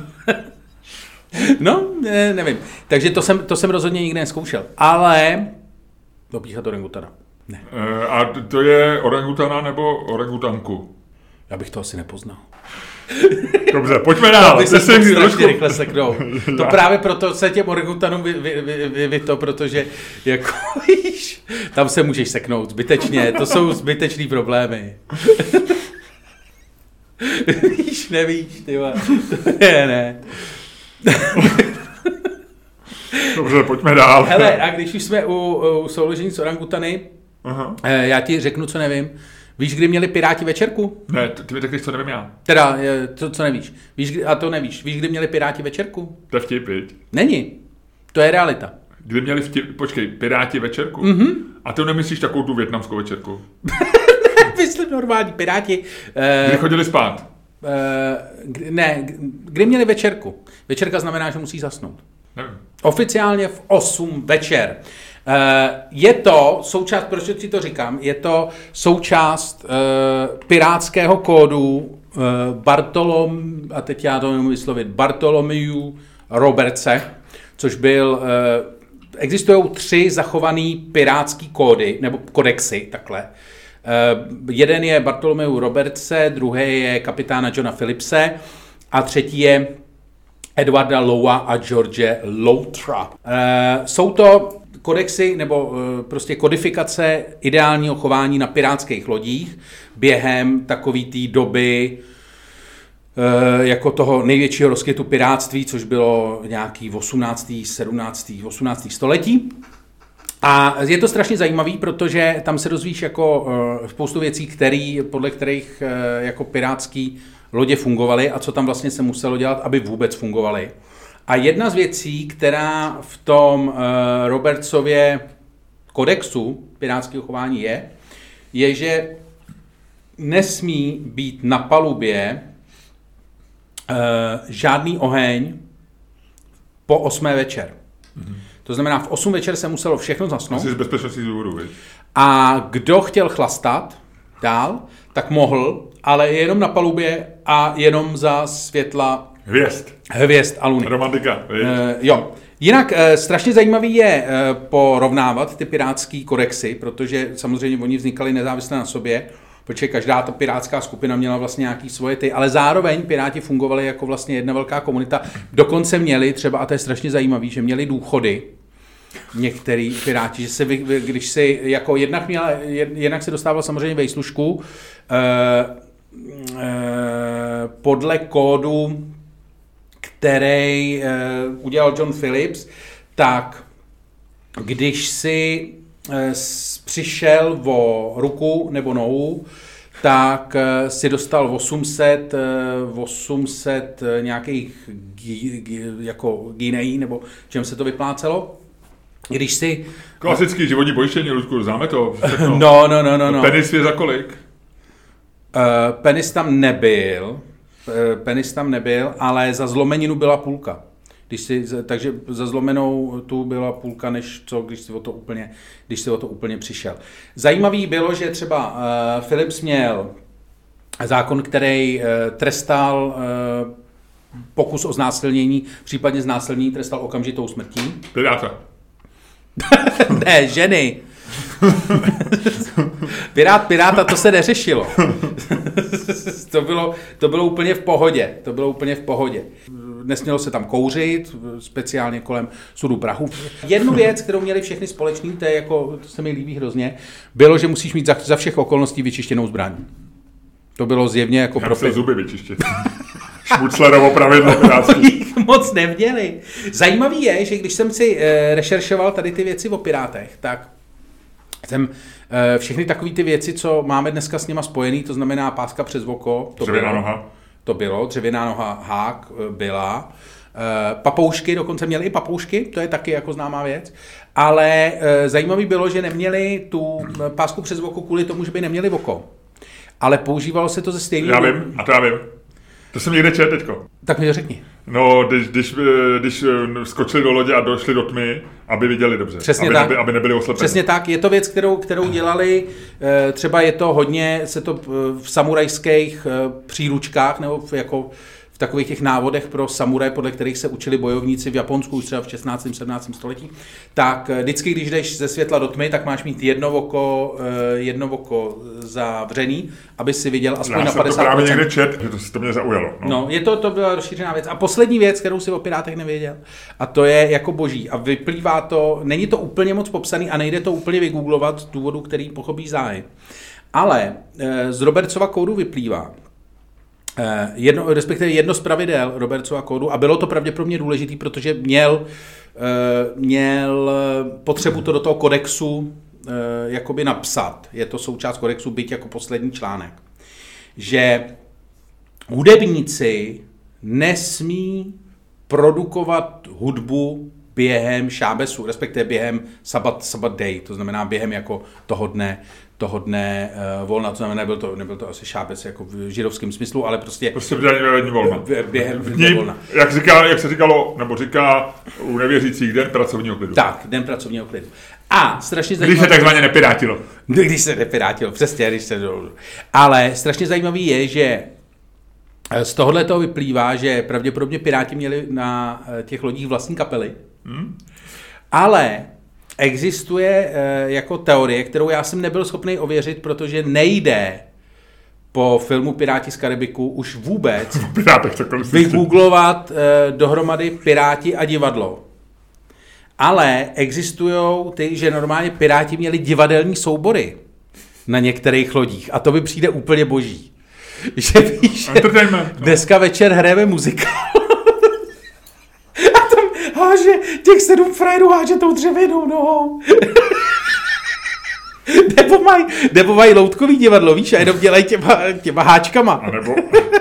No, nevím. Takže to jsem rozhodně nikdy neskoušel. Ale opíchat orangutana. Ne. A to je orangutana nebo orangutanku? Já bych to asi nepoznal. Dobře, pojďme dál. To se strašně rychle seknou. To právě proto se těm orangutanům protože jako víš, tam se můžeš seknout zbytečně. To jsou zbytečný problémy. Víš, nevíš, tyva. Ne. Dobře, pojďme dál. Hele, a když už jsme u souložení s orangutany, já ti řeknu, co nevím. Víš, kdy měli Piráti večerku? Ne, ty mi řekneš, co nevím já. Teda, co nevíš. To nevíš. Víš, kdy měli Piráti večerku? To je vtip, viď? Není. To je realita. Kdy měli Piráti večerku? Mm-hmm. A ty nemyslíš takovou tu vietnamskou večerku? Myslím normální Piráti. Kdy chodili spát? Kdy měli večerku? Večerka znamená, že musí zasnout. Nevím. Oficiálně v 8 večer. Je to součást, proč ti to říkám, je to součást pirátského kódu a teď já to nemůžu vyslovit, Bartholomew Robertse, což byl, existují 3 zachované pirátský kódy, nebo kodexy, takhle. Jeden je Bartholomew Robertse, druhý je kapitána Johna Phillipse a třetí je Edwarda Lowa a George Loutra. Jsou to kodexy nebo prostě kodifikace ideálního chování na pirátských lodích během takové té doby jako toho největšího rozkvětu pirátství, což bylo nějaký 18. století. A je to strašně zajímavý, protože tam se dozvíš jako spoustu věcí, podle kterých jako pirátský lodě fungovaly a co tam vlastně se muselo dělat, aby vůbec fungovaly. A jedna z věcí, která v tom Robertsově kodexu pirátského chování je, že nesmí být na palubě žádný oheň po 8. večer. Mm-hmm. To znamená, v 8 večer se muselo všechno zasnout. Asi z bezpečnostních důvodů, viď? A kdo chtěl chlastat dál, tak mohl, ale jenom na palubě a jenom za světla hvězd a luny. Romantika. Jo. Jinak strašně zajímavý je porovnávat ty pirátský kodexy, protože samozřejmě oni vznikaly nezávisle na sobě, protože každá ta pirátská skupina měla vlastně nějaký svoje ale zároveň piráti fungovali jako vlastně jedna velká komunita. Dokonce měli třeba, a to je strašně zajímavý, že měli důchody, některý piráti, že se když si jako jednak se dostával samozřejmě vejslužku podle kódu, který udělal John Phillips, tak když si přišel o ruku nebo nohu, tak si dostal 800 nějakých jako ginejí, nebo čem se to vyplácelo. Když si... Klasický životní pojištění, Ludku, známe to? No. Penis je za kolik? Penis tam nebyl, ale za zlomeninu byla půlka. Takže za zlomenou tu byla půlka, než co, když si o to úplně přišel. Zajímavý bylo, že třeba Philips měl zákon, který trestal pokus o znásilnění, případně znásilnění trestal okamžitou smrtí. Piráta. Ne, ženy. Piráta, to se neřešilo. To bylo úplně v pohodě. Nesmělo se tam kouřit, speciálně kolem sudu prahu. Jednu věc, kterou měli všechny společný, to se mi líbí hrozně, bylo, že musíš mít za všech okolností vyčištěnou zbraň. To bylo zjevně jako pro zuby vyčištět. Šmuclerovo pravidlo pirátství. Moc neměli. Zajímavý je, že když jsem si rešeršoval tady ty věci o pirátech, tak jsem všechny takové ty věci, co máme dneska s nima spojený, to znamená páska přes oko. Dřevěná noha. To bylo, dřevěná noha, hák byla. Papoušky, dokonce měli i papoušky, to je taky jako známá věc. Ale zajímavý bylo, že neměli tu pásku přes oko kvůli tomu, že by neměli oko. Ale používalo se to ze stejného... Já vím. To jsem někde četl teďko. Tak mi to řekni. No, když skočili do lodě a došli do tmy, aby viděli dobře. Přesně aby nebyli oslepeni. Přesně tak. Je to věc, kterou dělali, třeba je to hodně, se to v samurajských příručkách, nebo jako v takových těch návodech pro samuraje, podle kterých se učili bojovníci v Japonsku už třeba v 16. 17. století, tak vždycky, když jdeš ze světla do tmy, tak máš mít jedno oko zavřený, aby si viděl aspoň na 50%. Já jsem to právě někde čet, že to mě zaujalo. No, to byla rozšířená věc. A poslední věc, kterou si o pirátech nevěděl, a to je jako boží. A vyplývá to, není to úplně moc popsaný a nejde to úplně vygooglovat z důvodu, který pochopí zájem. Ale z Robertsova kódu vyplývá, jedno z pravidel Robertsova kódu, a bylo to pravděpodobně důležitý, protože měl potřebu to do toho kodexu jakoby napsat. Je to součást kodexu, byť jako poslední článek. Že hudebníci nesmí produkovat hudbu během šábesu, respektive během Sabbat day, to znamená během jako toho dne volna, to znamená, nebyl to asi šábec jako v židovském smyslu, ale prostě dní volna. Během dne volna. Jak se říkalo, nebo říká u nevěřících, den pracovního klidu. Tak, den pracovního klidu. A strašně zajímavé... Když se takzvaně nepirátilo. Když se nepirátilo, přesně, ale strašně zajímavý je, že z tohohle toho vyplývá, že pravděpodobně piráti měli na těch lodích vlastní kapely, ale existuje jako teorie, kterou já jsem nebyl schopný ověřit, protože nejde po filmu Piráti z Karibiku už vůbec vygooglovat dohromady Piráti a divadlo. Ale existujou ty, že normálně Piráti měli divadelní soubory na některých lodích a to by přijde úplně boží. Že víš, že dneska večer hrajeme muzikál a tam háže těch 7 frajerů háže tou dřevěnou nohou. Nebo mají loutkový divadlo, víš, a jenom dělají těma háčkama. A nebo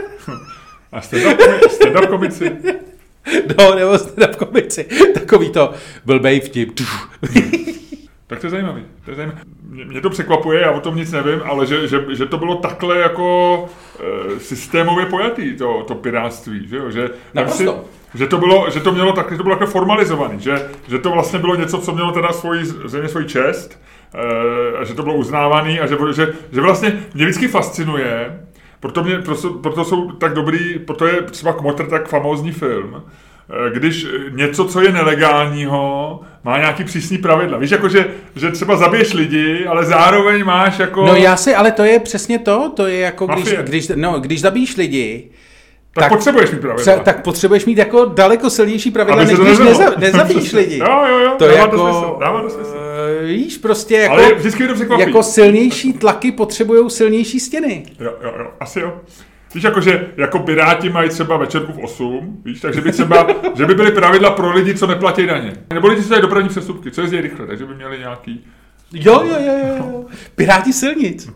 stand-up komici. No, nebo stand-up komici. Takový to blbej vtip. Tak to je zajímavý. Mě to překvapuje, já o tom nic nevím, ale že to bylo takhle jako systémově pojatý, to pirátství, že jo? Že to bylo takhle formalizovaný, že to vlastně bylo něco, co mělo teda svoji čest, a že to bylo uznávaný a že vlastně mě vždycky fascinuje, proto jsou tak dobrý, proto je třeba Kmotr tak famózní film, když něco, co je nelegálního, má nějaký přísný pravidla. Víš, jako že třeba zabiješ lidi, ale zároveň máš jako... No ale to je přesně to je jako když zabíjíš lidi, tak potřebuješ mít pravidla. Tak potřebuješ mít jako daleko silnější pravidla, než když nezabíjíš lidi. Jo, to dává to smysl. Víš, prostě jako, ale vždycky mě to překvapí. Jako silnější tlaky potřebujou silnější stěny. Jo, asi jo. Víš, jakože jako Piráti mají třeba večerku v 8, víš, takže by třeba, že by byly pravidla pro lidi, co neplatí daně. Nebo lidi, co dělají dopravní přestupky, co jezdí rychle, takže by měli nějaký Jo. Piráti silnic.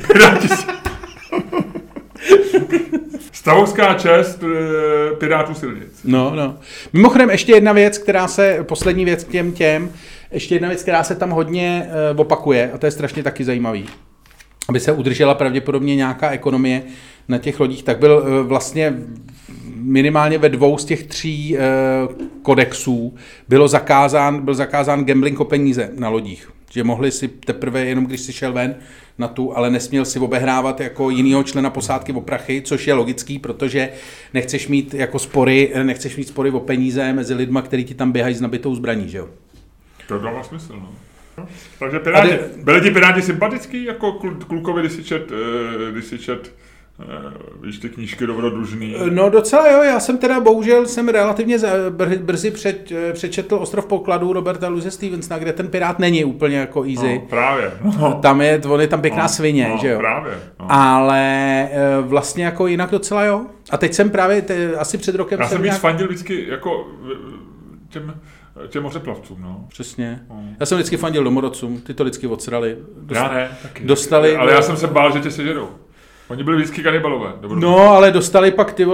Stavovská čest Pirátů silnic. No. Mimochodem ještě jedna věc, poslední věc k těm, ještě jedna věc, která se tam hodně opakuje, a to je strašně taky zajímavý. Aby se udržela pravděpodobně nějaká ekonomie na těch lodích, tak byl vlastně minimálně ve 2 z těch 3 kodexů byl zakázán gambling o peníze na lodích. Že mohli si teprve, jenom když si šel ven na tu, ale nesměl si obehrávat jako jinýho člena posádky o prachy, což je logický, protože nechceš mít spory o peníze mezi lidma, kteří ti tam běhají s nabitou zbraní, že jo? To dává smysl, no. Takže Piráti, byli ti Piráti sympatický, jako klukovi, když si čet víš, ty knížky dobrodružný? No docela jo, já jsem teda bohužel relativně brzy přečetl Ostrov pokladů Roberta Louise Stevensona, kde ten pirát není úplně jako easy. No, právě. No. On je tam pěkná svině, že jo? Právě. No. Ale vlastně jako jinak docela jo. A teď jsem právě, asi před rokem... Já jsem víc fandil vždycky jako těm mořeplavcům, no. Přesně. Já jsem vždycky fandil domorodcům, ty to vždycky odsrali. Já ne, taky. Dostali... Ale já jsem se bál, že tě sežerou. Oni byli vždycky kanibalové. No, ale dostali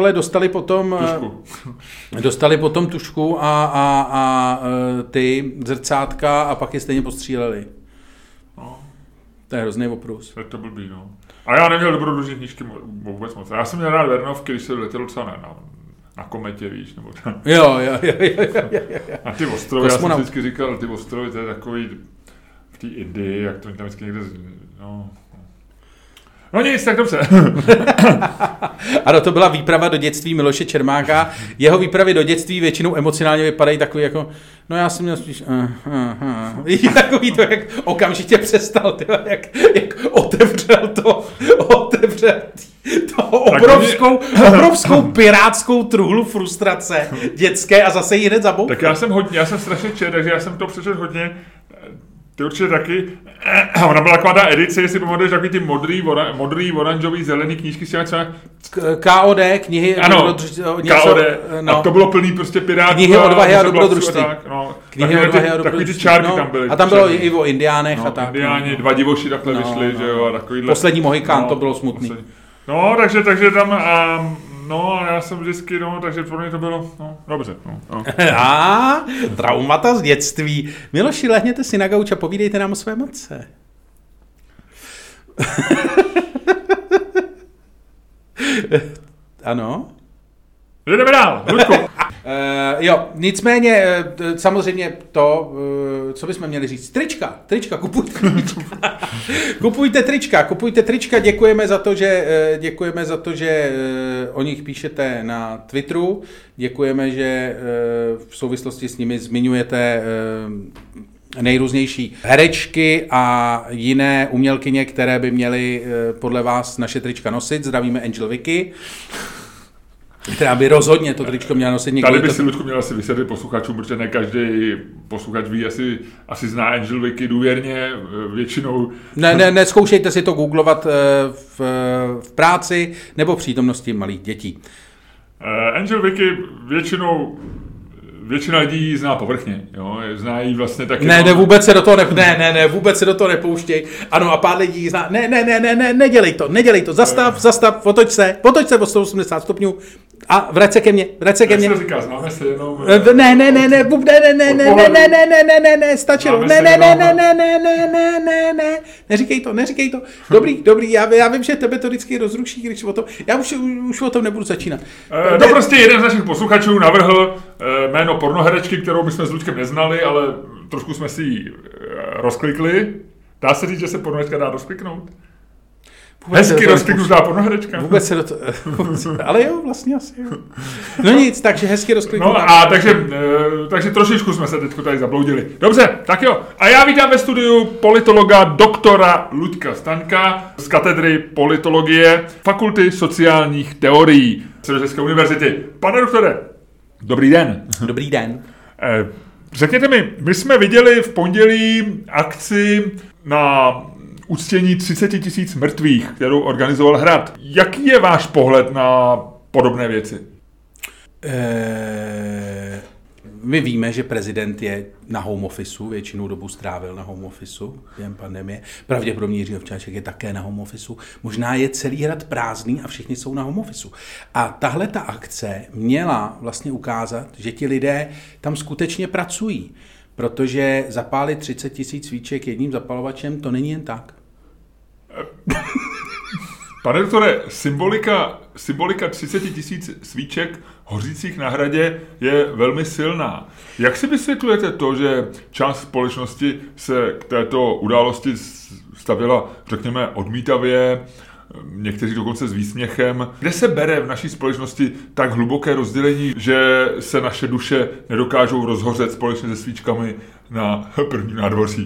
potom tušku a ty zrcátka a pak je stejně postříleli. No. To je hrozný oprus. To blbý, no. A já neměl dobrodružné knížky vůbec moc. Já jsem měl rád Vernovky, když se letěl třeba na kometě, víš, nebo tam. Jo. A ty ostrovy, já jsem vždycky říkal, ty ostrovy, to je takový v té Indii, jak to tam vždycky někde, No nic, tak dobře. Ano, to byla výprava do dětství Miloše Čermáka. Jeho výpravy do dětství většinou emocionálně vypadají takový jako, no já jsem měl spíš, takový to, jak okamžitě přestal, jak otevřel obrovskou pirátskou truhlu frustrace dětské a zase ji hned zabouchal. Tak já jsem strašně čet, takže já jsem to přečetl hodně. Ty určitě taky. Ona byla taková ta edice, jestli pamatuješ, takový ty modrý, oranžový, zelený knížky s těmi KOD, knihy... Ano, KOD. No. A to bylo plný prostě pirátů. Knihy odvahy a dobrodružství. Knihy odvahy a dobrodružství. Takový ty čárky tam byly. A tam bylo i o indiánech a tak. Indiáni, 2 divoši takhle vyšli, že jo, a takovýhle. Poslední Mohikán, to bylo smutný. No, takže tam... No a já jsem vždycky, takže pro mě to bylo, dobře. Traumata z dětství. Miloši, lehněte si na gauč a povídejte nám o své matce. Ano? Jdeme dál, Luďku. Jo, nicméně samozřejmě to, co bychom měli říct, trička, kupujte trička, děkujeme za to, že o nich píšete na Twitteru, děkujeme, že v souvislosti s nimi zmiňujete nejrůznější herečky a jiné umělkyně, které by měly podle vás naše trička nosit. Zdravíme Angel Vicky, která by rozhodně to tričko měla nosit někdo. Tady by si, Ludku, měl asi vysvětlit posluchačům, protože ne každý posluchač ví, asi zná Angel Vicky důvěrně, většinou. Ne, zkoušejte si to googlovat v práci nebo v přítomnosti malých dětí. Angel Vicky většina lidí zná povrchně, jo, zná jí vlastně taky. Ne, vůbec se do toho vůbec se do toho nepouštěj. Ano, a pár lidí zná. Nedělej to. Zastav, otoč se o 180 stupňů a vrať se ke mně. Jak se říká, známe se jenom. Ne, stačilo. Neříkej to. Dobrý, já vím, že tebe to vždycky rozruší, když o tom, já už o tom nebudu začínat. To prostě jeden z našich posluchačů navrhl jméno pornoherečky, kterou my jsme s Luďkem neznali, ale trošku jsme si ji rozklikli. Dá se říct, že se pornoherečka dá rozkliknout? Hezky rozkliknutá pornoherečka. Vůbec se do toho... Ale jo, vlastně asi jo. No nic, takže hezky rozkliknutá. No a takže trošičku jsme se teď tady zabloudili. Dobře, tak jo. A já vítám ve studiu politologa doktora Luďka Staňka z katedry politologie Fakulty sociálních teorií Středočeské univerzity. Pane doktore, dobrý den. Dobrý den. Řekněte mi, my jsme viděli v pondělí akci na uctění 30 000 mrtvých, kterou organizoval Hrad. Jaký je váš pohled na podobné věci? My víme, že prezident je na home officeu, většinou dobu strávil na home officeu během pandemie. Pravděpodobně Jiří Ovčáček je také na home officeu. Možná je celý hrad prázdný a všichni jsou na home officeu. A tahle ta akce měla vlastně ukázat, že ti lidé tam skutečně pracují. Protože zapálit 30 000 svíček jedním zapalovačem, to není jen tak. Pane doktore, symbolika 30 000 svíček hořících na hradě je velmi silná. Jak si vysvětlujete to, že část společnosti se k této události stavěla, řekněme, odmítavě, někteří dokonce s výsměchem? Kde se bere v naší společnosti tak hluboké rozdělení, že se naše duše nedokážou rozhořet společně se svíčkami na prvním nádvoří?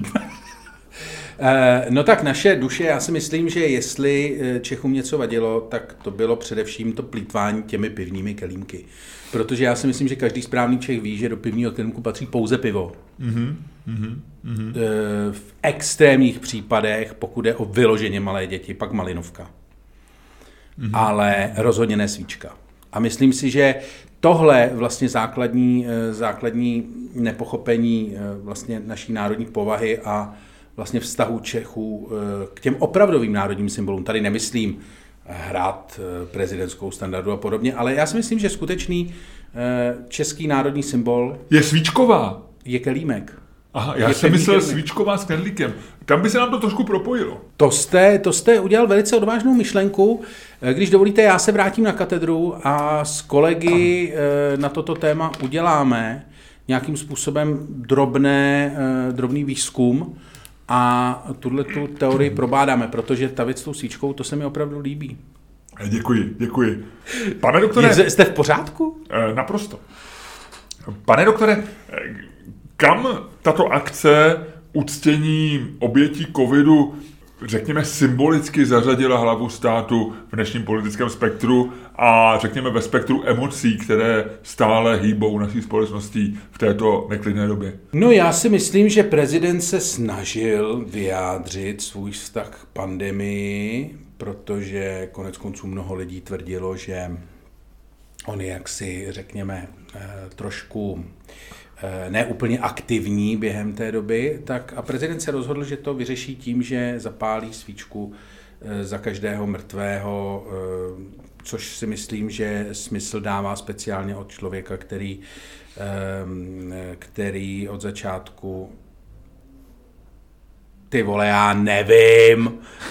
No tak naše duše, já si myslím, že jestli Čechům něco vadilo, tak to bylo především to plýtvání těmi pivními kelímky. Protože já si myslím, že každý správný Čech ví, že do pivního kelímku patří pouze pivo. V extrémních případech, pokud jde o vyloženě malé děti, pak malinovka. Ale rozhodně ne svíčka. A myslím si, že tohle vlastně základní nepochopení vlastně naší národní povahy a vlastně vztahu Čechů k těm opravdovým národním symbolům. Tady nemyslím hrad, prezidentskou standardu a podobně, ale já si myslím, že skutečný český národní symbol je svíčková. Je kelímek. Aha, já jsem myslel svíčková s knedlíkem. Tam by se nám to trošku propojilo. To jste udělal velice odvážnou myšlenku. Když dovolíte, já se vrátím na katedru a s kolegy na toto téma uděláme nějakým způsobem drobný výzkum a tuhletu teorii probádáme, protože ta věc s tou svíčkou, to se mi opravdu líbí. Děkuji. Pane doktore... Jste v pořádku? Naprosto. Pane doktore, kam tato akce uctění obětí covidu, řekněme, symbolicky zařadila hlavu státu v dnešním politickém spektru a řekněme ve spektru emocí, které stále hýbou naší společností v této neklidné době? No já si myslím, že prezident se snažil vyjádřit svůj vztah k pandemii, protože konec konců mnoho lidí tvrdilo, že on je jaksi, řekněme, trošku neúplně aktivní během té doby, tak a prezident se rozhodl, že to vyřeší tím, že zapálí svíčku za každého mrtvého, což si myslím, že smysl dává speciálně od člověka, který od začátku ty vole, já nevím.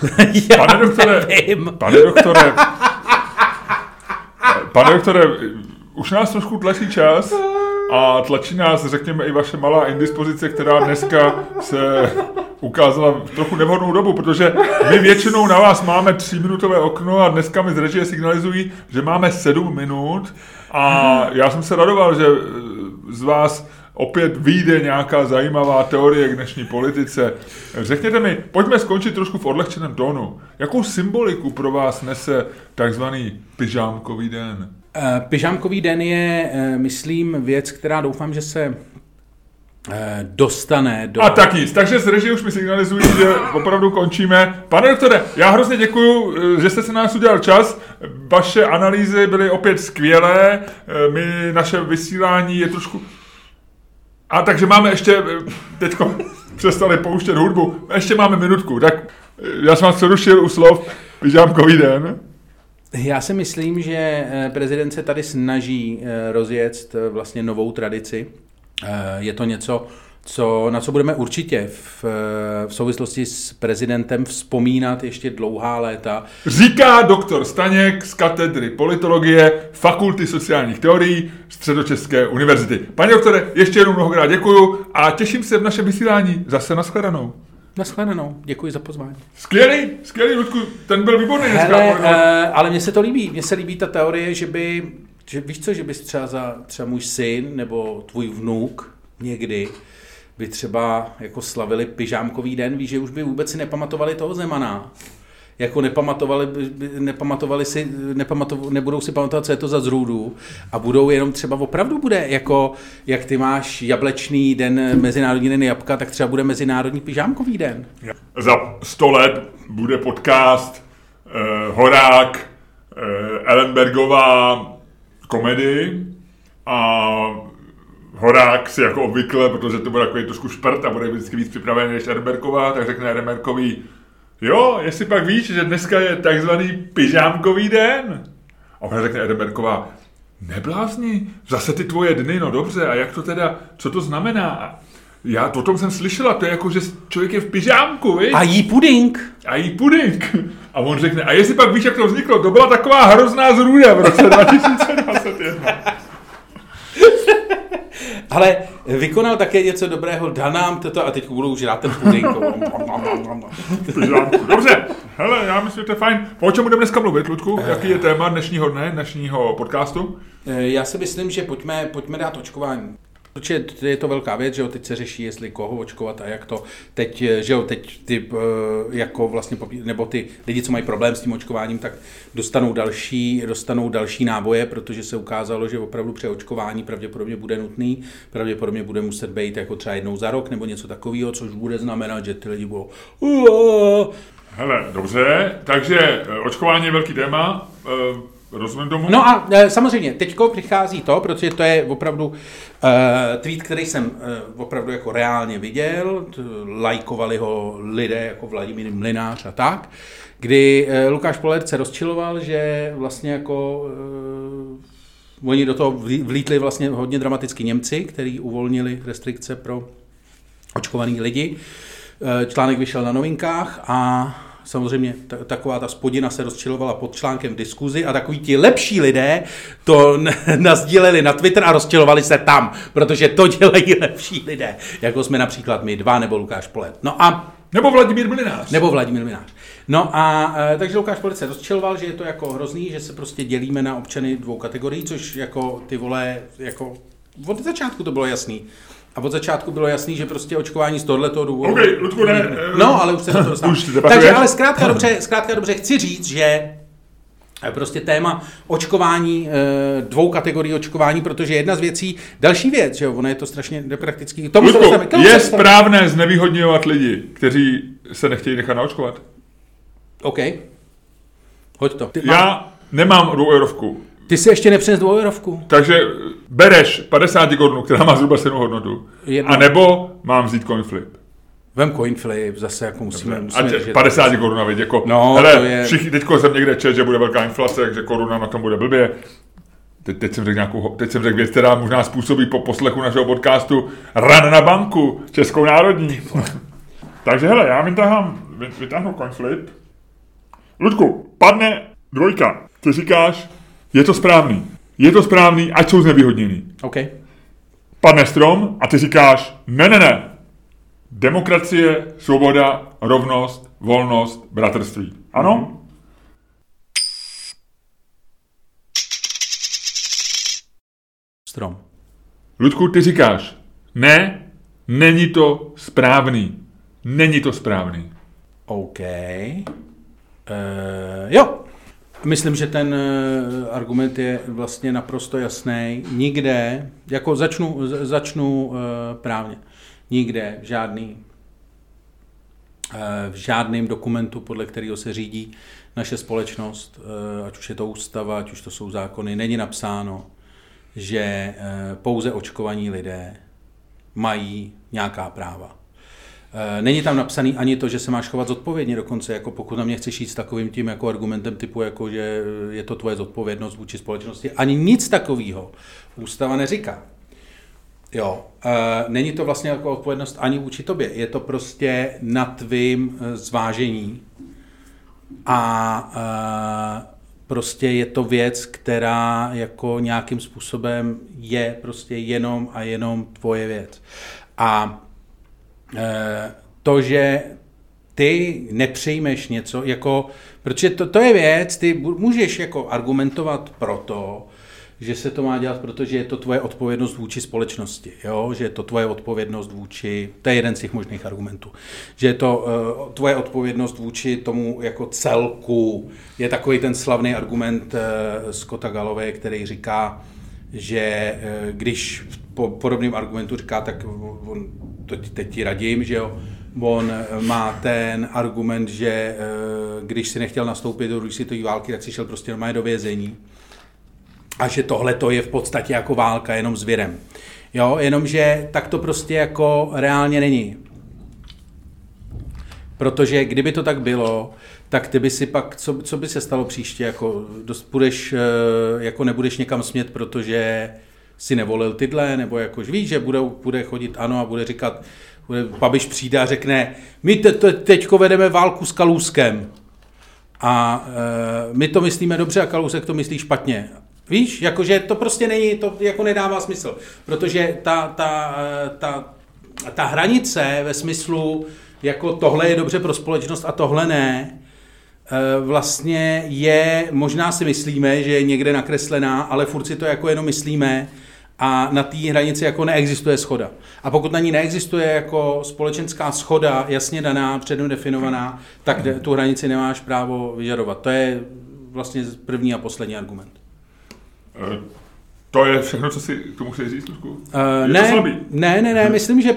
Pane doktore, už nás trošku tlačí čas a tlačí nás, řekněme, i vaše malá indispozice, která dneska se ukázala v trochu nevhodnou dobu, protože my většinou na vás máme 3minutové okno a dneska mi z režie signalizují, že máme 7 minut a já jsem se radoval, že z vás opět vyjde nějaká zajímavá teorie k dnešní politice. Řekněte mi, pojďme skončit trošku v odlehčeném tónu. Jakou symboliku pro vás nese takzvaný pyžámkový den? Pyžámkový den je, myslím, věc, která doufám, že se dostane do... A tak nic, takže z režie už mi signalizují, že opravdu končíme. Pane doktore, já hrozně děkuju, že jste se nás udělal čas. Vaše analýzy byly opět skvělé. Naše vysílání je trošku... A takže máme ještě, teďko přestali pouštět hudbu, ještě máme minutku, tak já jsem vás přerušil u slov pyžámkový den. Já si myslím, že prezident se tady snaží rozjet vlastně novou tradici. Je to něco, na co budeme určitě v souvislosti s prezidentem vzpomínat ještě dlouhá léta. Říká doktor Staněk z katedry politologie Fakulty sociálních teorií Středočeské univerzity. Pane doktore, ještě jednou mnohokrát děkuju a těším se v našem vysílání zase nashledanou. Naschledanou, děkuji za pozvání. Skvělý, Ludku, ten byl výborný dneska. Ale mně se to líbí, mně se líbí ta teorie, že víš co, že bys třeba můj syn nebo tvůj vnuk někdy by třeba jako slavili pyžámkový den, víš, že už by vůbec si nepamatovali toho Zemana. Jako nebudou si pamatovat, co je to za zrůdu a budou jenom třeba opravdu bude, jako jak ty máš jablečný den, Mezinárodní den jabka, tak třeba bude Mezinárodní pyžámkový den. Za 100 let bude podcast Horák, Ellenbergová komedii a Horák si jako obvykle, protože to bude takový trošku šprt a bude vždycky víc připravený než Erenbergová, tak řekne Erenbergový, jo, jestli pak víš, že dneska je takzvaný pyžámkový den. A ona řekne Erenbergová, neblázni, zase ty tvoje dny, no dobře, a jak to teda, co to znamená? Já o tom jsem slyšela, to je jako, že člověk je v pyžámku, víš? A jí puding. A on řekne, a jestli pak víš, jak to vzniklo, to byla taková hrozná zrůda v roce 2021. Ale vykonal také něco dobrého, dá nám toto a teď budu už rád ten puding. Dobře, hele, já myslím, že to je fajn. O čem budeme dneska mluvit, Ludku? Jaký je téma dnešního dne, dnešního podcastu? Já si myslím, že pojďme dát očkování. Protože je to velká věc, že jo, teď se řeší, jestli koho očkovat a jak to teď, že jo, teď ty, jako vlastně, nebo ty lidi, co mají problém s tím očkováním, tak dostanou další náboje, protože se ukázalo, že opravdu přeočkování pravděpodobně bude nutný, pravděpodobně bude muset být jako třeba jednou za rok nebo něco takového, což bude znamenat, že ty lidi budou Hele, dobře, takže očkování je velký téma, rozumím tomu? No a samozřejmě, teďko přichází to, protože to je opravdu tweet, který jsem opravdu jako reálně viděl, lajkovali ho lidé jako Vladimír Mlynář a tak, kdy Lukáš Poledr se rozčiloval, že vlastně jako oni do toho vlítli vlastně hodně dramaticky Němci, kteří uvolnili restrikce pro očkovaný lidi. Článek vyšel na Novinkách a samozřejmě taková ta spodina se rozčilovala pod článkem v diskuzi a takoví ti lepší lidé to nasdíleli na Twitter a rozčilovali se tam, protože to dělají lepší lidé, jako jsme například my dva nebo Lukáš Poledr. No a Nebo Vladimír Mlynář. No a takže Lukáš Poledr se rozčiloval, že je to jako hrozný, že se prostě dělíme na občany dvou kategorií, což jako ty vole, jako od začátku to bylo jasný. A od začátku bylo jasný, že prostě očkování z tohoto důvodu... OK, Ludku, ne. No, ale už se to dostalo. Takže ale zkrátka dobře chci říct, že prostě téma očkování, dvou kategorií očkování, protože jedna z věcí, další věc, že jo, ono je to strašně nepraktický. Ludku, je správné znevýhodňovat lidi, kteří se nechtějí nechat naočkovat? OK. Hoď to. Já nemám 2 eurovku. Ty jsi ještě nepřines 2 eurovku. Takže bereš 50 korun, která má zhruba stejnou hodnotu. A nebo mám vzít coinflip. Vem coinflip, zase jako musíme držet. 50 korun, veď jako, no, hele, je... všichni, teďko jsem někde čet, že bude velká inflace, takže koruna na tom bude blbě. Teď jsem řekl věc, která možná způsobí po poslechu našeho podcastu ran na banku, Českou národní. Takže hele, já vytáhnu coinflip. Ludku, padne 2. Ty říkáš, je to správný, ať jsou znevýhodněný. OK. Padne strom a ty říkáš, ne. Demokracie, svoboda, rovnost, volnost, bratrství. Ano? Strom. Ludku, ty říkáš, ne, není to správný. OK. Jo. Myslím, že ten argument je vlastně naprosto jasný. Nikde, jako začnu právně, nikde v žádném dokumentu, podle kterého se řídí naše společnost, ať už je to ústava, ať už to jsou zákony, není napsáno, že pouze očkovaní lidé mají nějaká práva. Není tam napsaný ani to, že se máš chovat zodpovědně dokonce, jako pokud na mě chceš jít s takovým tím jako argumentem typu, jako že je to tvoje zodpovědnost vůči společnosti. Ani nic takového ústava neříká. Jo, není to vlastně jako odpovědnost ani vůči tobě. Je to prostě na tvým zvážení a prostě je to věc, která jako nějakým způsobem je prostě jenom a jenom tvoje věc. A to, že ty nepřijmeš něco, jako, protože to je věc, ty můžeš jako argumentovat proto, že se to má dělat, protože je to tvoje odpovědnost vůči společnosti, jo? Že je to tvoje odpovědnost vůči, to je jeden z těch možných argumentů, že je to tvoje odpovědnost vůči tomu jako celku, je takový ten slavný argument Scotta Galloway, který říká, že když po podobným argumentu říká, tak on, teď ti radím, že jo, on má ten argument, že když si nechtěl nastoupit do druhé světové války, tak si šel prostě normálně do vězení. A že tohle to je v podstatě jako válka jenom s virem. Jo, jenomže tak to prostě jako reálně není. Protože kdyby to tak bylo, tak ty by si pak, co by se stalo příště, jako půjdeš, jako nebudeš někam smět, protože si nevolil tyhle, nebo jako víš, že bude chodit ANO a bude říkat, Babiš přijde a řekne, my teďko vedeme válku s Kalouskem a my to myslíme dobře a Kalousek to myslí špatně. Víš, jakože to prostě není, to jako nedává smysl, protože ta hranice ve smyslu, jako tohle je dobře pro společnost a tohle ne, vlastně je, možná si myslíme, že je někde nakreslená, ale furt si to jako jenom myslíme a na té hranici jako neexistuje shoda. A pokud na ní neexistuje jako společenská shoda jasně daná, předem definovaná, tak tu hranici nemáš právo vyžadovat. To je vlastně první a poslední argument. To je všechno, co si k tomu chceš říct, Luďku? Ne, myslím, že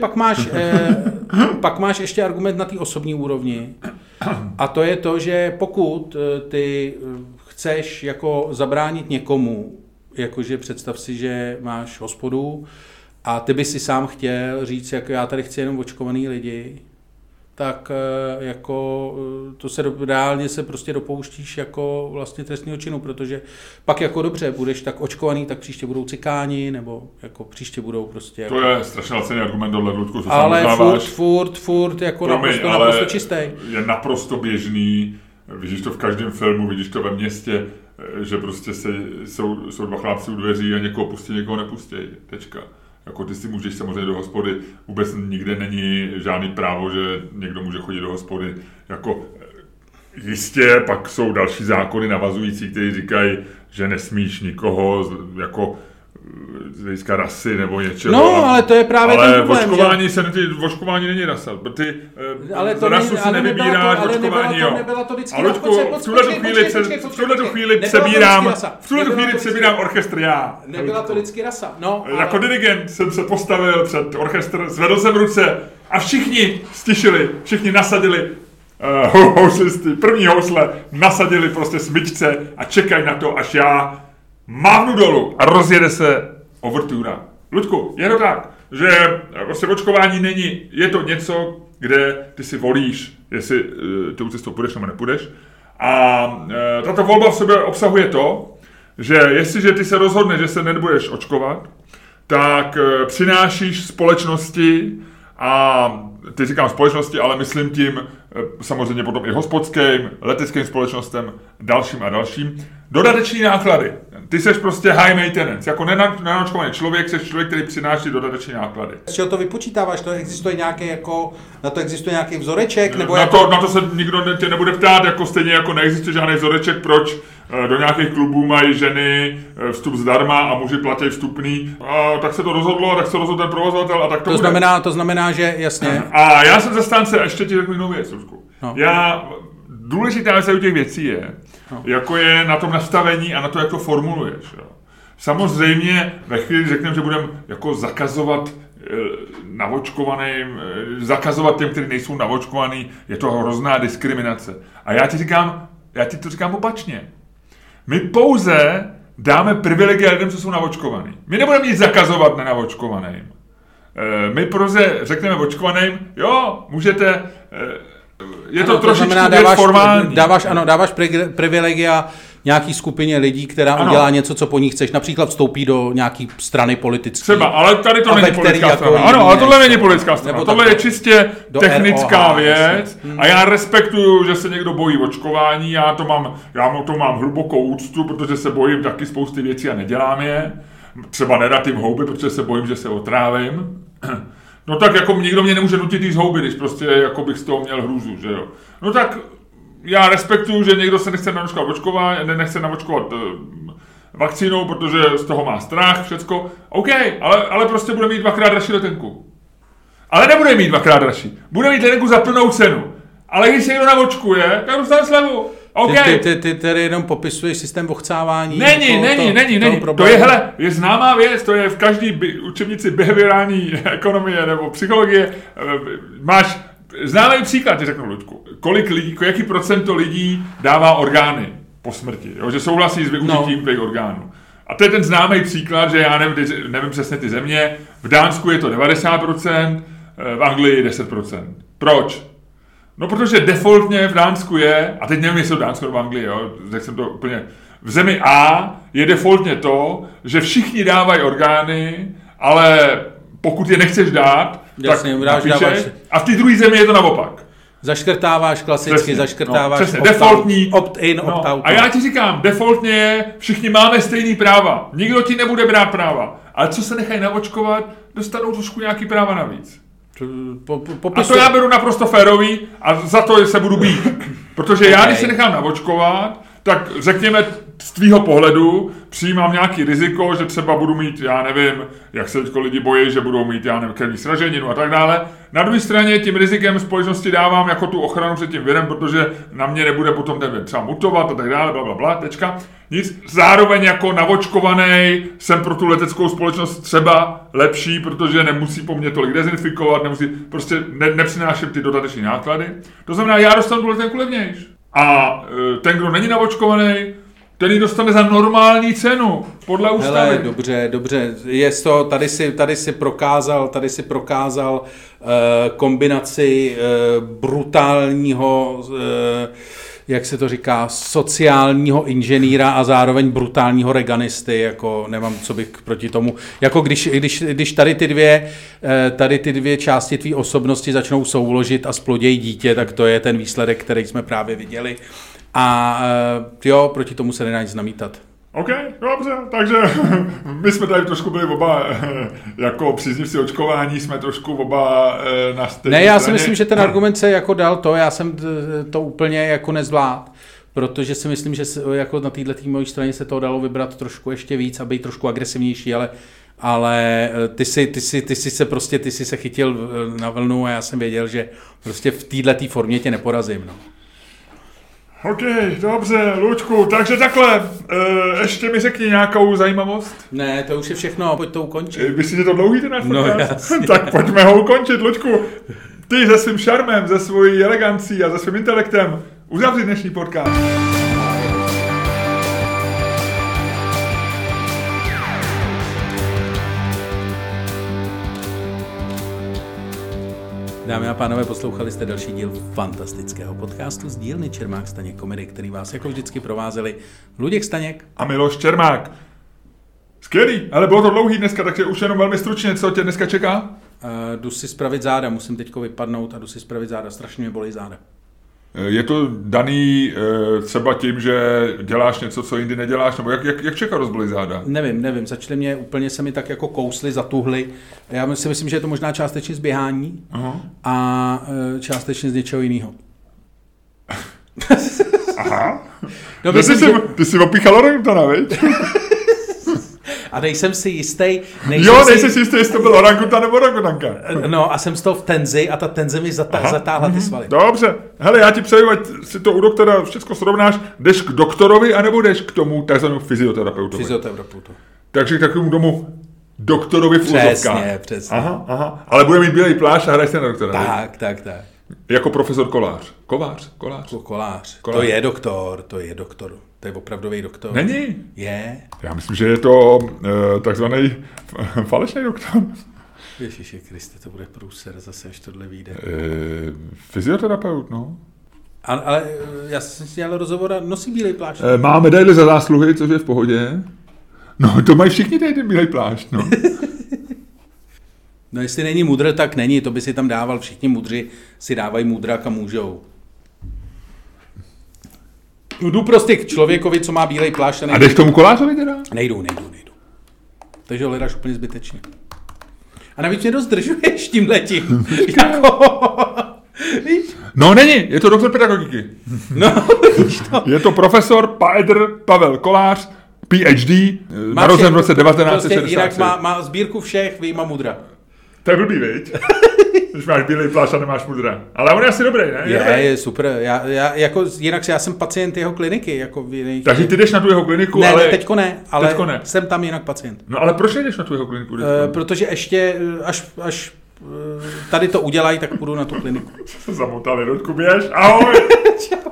pak máš ještě argument na té osobní úrovni. A to je to, že pokud ty chceš jako zabránit někomu, jakože představ si, že máš hospodu a ty by si sám chtěl říct, jako já tady chci jenom očkovaný lidi, tak jako to se reálně se prostě dopouštíš jako vlastně trestního činu, protože pak jako dobře budeš tak očkovaný, tak příště budou cikáni, nebo jako příště budou prostě... Jako... To je strašně lacený argument dohle, Ludku, co ale furt jako naprosto čistý. Je naprosto běžný, vidíš to v každém filmu, vidíš to ve městě, že prostě jsou dva chlápci u dveří a někoho pustí, někoho nepustí, tečka. Jako ty si můžeš samozřejmě do hospody, vůbec nikde není žádný právo, že někdo může chodit do hospody. Jako jistě pak jsou další zákony navazující, které říkají, že nesmíš nikoho jako z hlediska rasy nebo něčeho. No, ale to je právě ten problém, očkování není rasa. Ty ale to rasu si nevybíráš, očkování, jo. Nebyla to vždycky. Ale Luďku, v tuhle chvíli přebírám orchestr já. Nebyla to vždycky rasa. No, jako dirigent jsem se postavil před orchestr, zvedl jsem ruce a všichni stišili, všichni nasadili houslisty, první housle nasadili prostě smyčce a čekají na to, až já mávnu dolů a rozjede se overtura. Ludku, je to tak, že prostě očkování není, je to něco, kde ty si volíš, jestli tou cestou půjdeš nebo nepůjdeš. A tato volba v sobě obsahuje to, že jestliže ty se rozhodneš, že se nebudeš očkovat, tak přinášíš společnosti a ty říkám společnosti, ale myslím tím samozřejmě potom i hospodským, leteckým společnostem, dalším a dalším, dodateční náklady. Ty seš prostě high maintenance, jako nenaočkovaný člověk, seš člověk, který přináší dodateční náklady. Z čeho to vypočítáváš? To existuje nějaký jako, na to existuje nějaký vzoreček? Nebo na to se nikdo tě nebude ptát, jako stejně jako neexistuje žádný vzoreček, proč do nějakých klubů mají ženy vstup zdarma a muži platí vstupný. A tak se to rozhodlo, tak se rozhodl ten provozovatel a tak to bude. To znamená, že jasně. A já jsem zastánce, ještě ti řeknu jinou věc, Rusku. No. Důležitá věc u těch věcí je, jako je na tom nastavení a na to, jak to formuluješ. Jo. Samozřejmě ve chvíli řekneme, že budeme jako zakazovat navočkovaným, zakazovat těm, kteří nejsou navočkovaný, je to hrozná diskriminace. A já ti to říkám opačně. My pouze dáme privilegia lidem, co jsou navočkovaný. My nebudeme nic zakazovat nenavočkovaným. My pouze řekneme očkovaným, jo, můžete... Je to trošičku věc formální. Dáváš privilegia nějaký skupině lidí, která udělá něco, co po ní chceš. Například vstoupí do nějaký strany politické. Třeba, ale tady to není politická strana. Ano, ale tohle není politická strana. Tohle je čistě technická věc. A já respektuju, že se někdo bojí očkování. Já to mám hlubokou úctu, protože se bojím taky spousty věcí a nedělám je. Třeba nedat jim houby, protože se bojím, že se otrávím. No tak jako nikdo mě nemůže nutit jít z houby, když prostě jako bych z toho měl hrůzu, že jo. No tak já respektuju, že někdo se nechce navočkovat vakcínou, protože z toho má strach, všecko. OK, ale prostě bude mít dvakrát dražší letenku. Ale nebude mít dvakrát dražší. Bude mít letenku za plnou cenu. Ale když se někdo navočkuje, tak dostane slevu. Okay. Ty tady jenom popisuješ systém ochcávání. Není. To je známá věc, to je v každé učebnici behaviorální ekonomie nebo psychologie. Máš známý příklad, ti řeknu, Luďku. Jaký procento lidí dává orgány po smrti, jo? Že souhlasí s využitím těch orgánů. A to je ten známý příklad, že já nevím přesně ty země, v Dánsku je to 90%, v Anglii 10%. Proč? No protože defaultně v Dánsku je, a teď nevím, jestli v Dánsku nebo v Anglii, jo, řekl jsem to úplně, v zemi A je defaultně to, že všichni dávají orgány, ale pokud je nechceš dát, jasně, tak napíšeš, a v té druhé zemi je to naopak. Zaškrtáváš klasicky, přesně, zaškrtáváš přesně, defaultní opt-in, opt-out. A já ti říkám, defaultně je, všichni máme stejný práva, nikdo ti nebude brát práva, ale co se nechají naočkovat, dostanou trošku nějaký práva navíc. A to já beru naprosto férový a za to se budu bít. Protože já, když se nechám naočkovat, tak řekněme z tvýho pohledu přijímám nějaký riziko, že třeba budu mít, já nevím, jak se teďko lidi bojí, že budou mít, já nevím, krevní sraženinu a tak dále. Na druhé straně tím rizikem společnosti dávám jako tu ochranu před tím virem, protože na mě nebude potom ten vir třeba mutovat a tak dále, blablabla, tečka. Nic, zároveň jako navočkovaný jsem pro tu leteckou společnost třeba lepší, protože nemusí po mně tolik dezinfikovat, nemusí, prostě nepřináším ty dodateční náklady. To znamená, já dostanu tu letenku levnější. A ten, kdo není navočkovaný, ten ji dostane za normální cenu, podle ústavy. Hele, dobře, je to, tady si prokázal kombinaci brutálního, jak se to říká, sociálního inženýra a zároveň brutálního reganisty, jako nemám, co bych proti tomu, jako když tady ty dvě části tvý osobnosti začnou souložit a splodějí dítě, tak to je ten výsledek, který jsme právě viděli. A jo, proti tomu se nedá nic namítat. OK, dobře, takže my jsme tady trošku byli oba jako příznivci očkování, jsme trošku oba na stejné Ne, já si myslím, že ten argument se jako dal to, já jsem to úplně jako nezvlád, protože si myslím, že jako na této mojí straně se toho dalo vybrat trošku ještě víc a být trošku agresivnější, ale ty jsi se chytil na vlnu a já jsem věděl, že prostě v této formě tě neporazím, no. OK, dobře, Luďku, takže takhle, ještě mi řekni nějakou zajímavost. Ne, to už je všechno, pojď to ukončit. Myslíš, že to dlouhý ten náš podcast? No, tak pojďme ho ukončit, Luďku. Ty se svým šarmem, se svojí elegancí a se svým intelektem uzavři dnešní podcast. Dámy a pánové, poslouchali jste další díl fantastického podcastu z dílny Čermák Staněk Komedy, který vás jako vždycky provázeli Luděk Staněk a Miloš Čermák. Skvělý, ale bylo to dlouhý dneska, takže už jenom velmi stručně, co tě dneska čeká? Jdu si spravit záda, musím teďko vypadnout a jdu si spravit záda, strašně mě bolí záda. Je to daný třeba tím, že děláš něco, co jindy neděláš, nebo jak čeká rozbolí záda? Nevím, začaly mě, úplně se mi tak jako kously, zatuhly. Já si myslím, že je to možná částečně z běhání a částečně z něčeho jiného. Aha. No, ty jsi opíchal orangutana, veď? A nejsem si jistý. Nejsi si jistý, jestli to byl orangutan nebo orangutanka. No a jsem z toho v tenzi a ta tenze mi zatáhla ty svaly. Dobře. Hele, já ti přeju, ať si to u doktora všechno srovnáš. Jdeš k doktorovi, anebo jdeš k tomu takzvanému fyzioterapeutovi? Fyzioterapeutu. Takže k takovému tomu doktorovi v úzovkách. Přesně. Aha. Ale bude mít bílej plášť a hraješ se na doktora. Tak. Jako profesor Kolář. Kolář. To je doktor. To je opravdový doktor. Není? Je. Já myslím, že je to takzvaný falešný doktor. Ježiši Kriste, to bude průser zase, až tohle vyjde. Fyzioterapeut, no. Ale já jsem si dělal rozhovor a nosí bílej plášť. Má medaili za zásluhy, což je v pohodě. No, to mají všichni tady ten bílej plášť, no. No, jestli není mudr, tak není, to by si tam dával, všichni mudři si dávají mudrák a můžou. Jdu prostě k člověkovi, co má bílej plášť. A jdeš k tomu Kolářovi teda? Nejdu. Takže ho hledáš úplně zbytečně. A navíc mě dost zdržuješ tímhletím. Víš? No není, je to doktor pedagogiky. No, víš to. Je to profesor Pavel Kolář, PhD, narozen v roce 1967. Prostě jinak má sbírku všech vyjma mudra. To je blbý, viď? Když máš bílej plášť a nemáš mudra. Ale on je asi dobrý, ne? Je super. Jinak já jsem pacient jeho kliniky. Jako takže ty jdeš na tu jeho kliniku, ne, ale... Ne, teďko ne, ale jsem tam jinak pacient. No ale proč jdeš na tu jeho kliniku? Protože ještě, až tady to udělají, tak půjdu na tu kliniku. Zamotali, Rodku, běž, ahoj!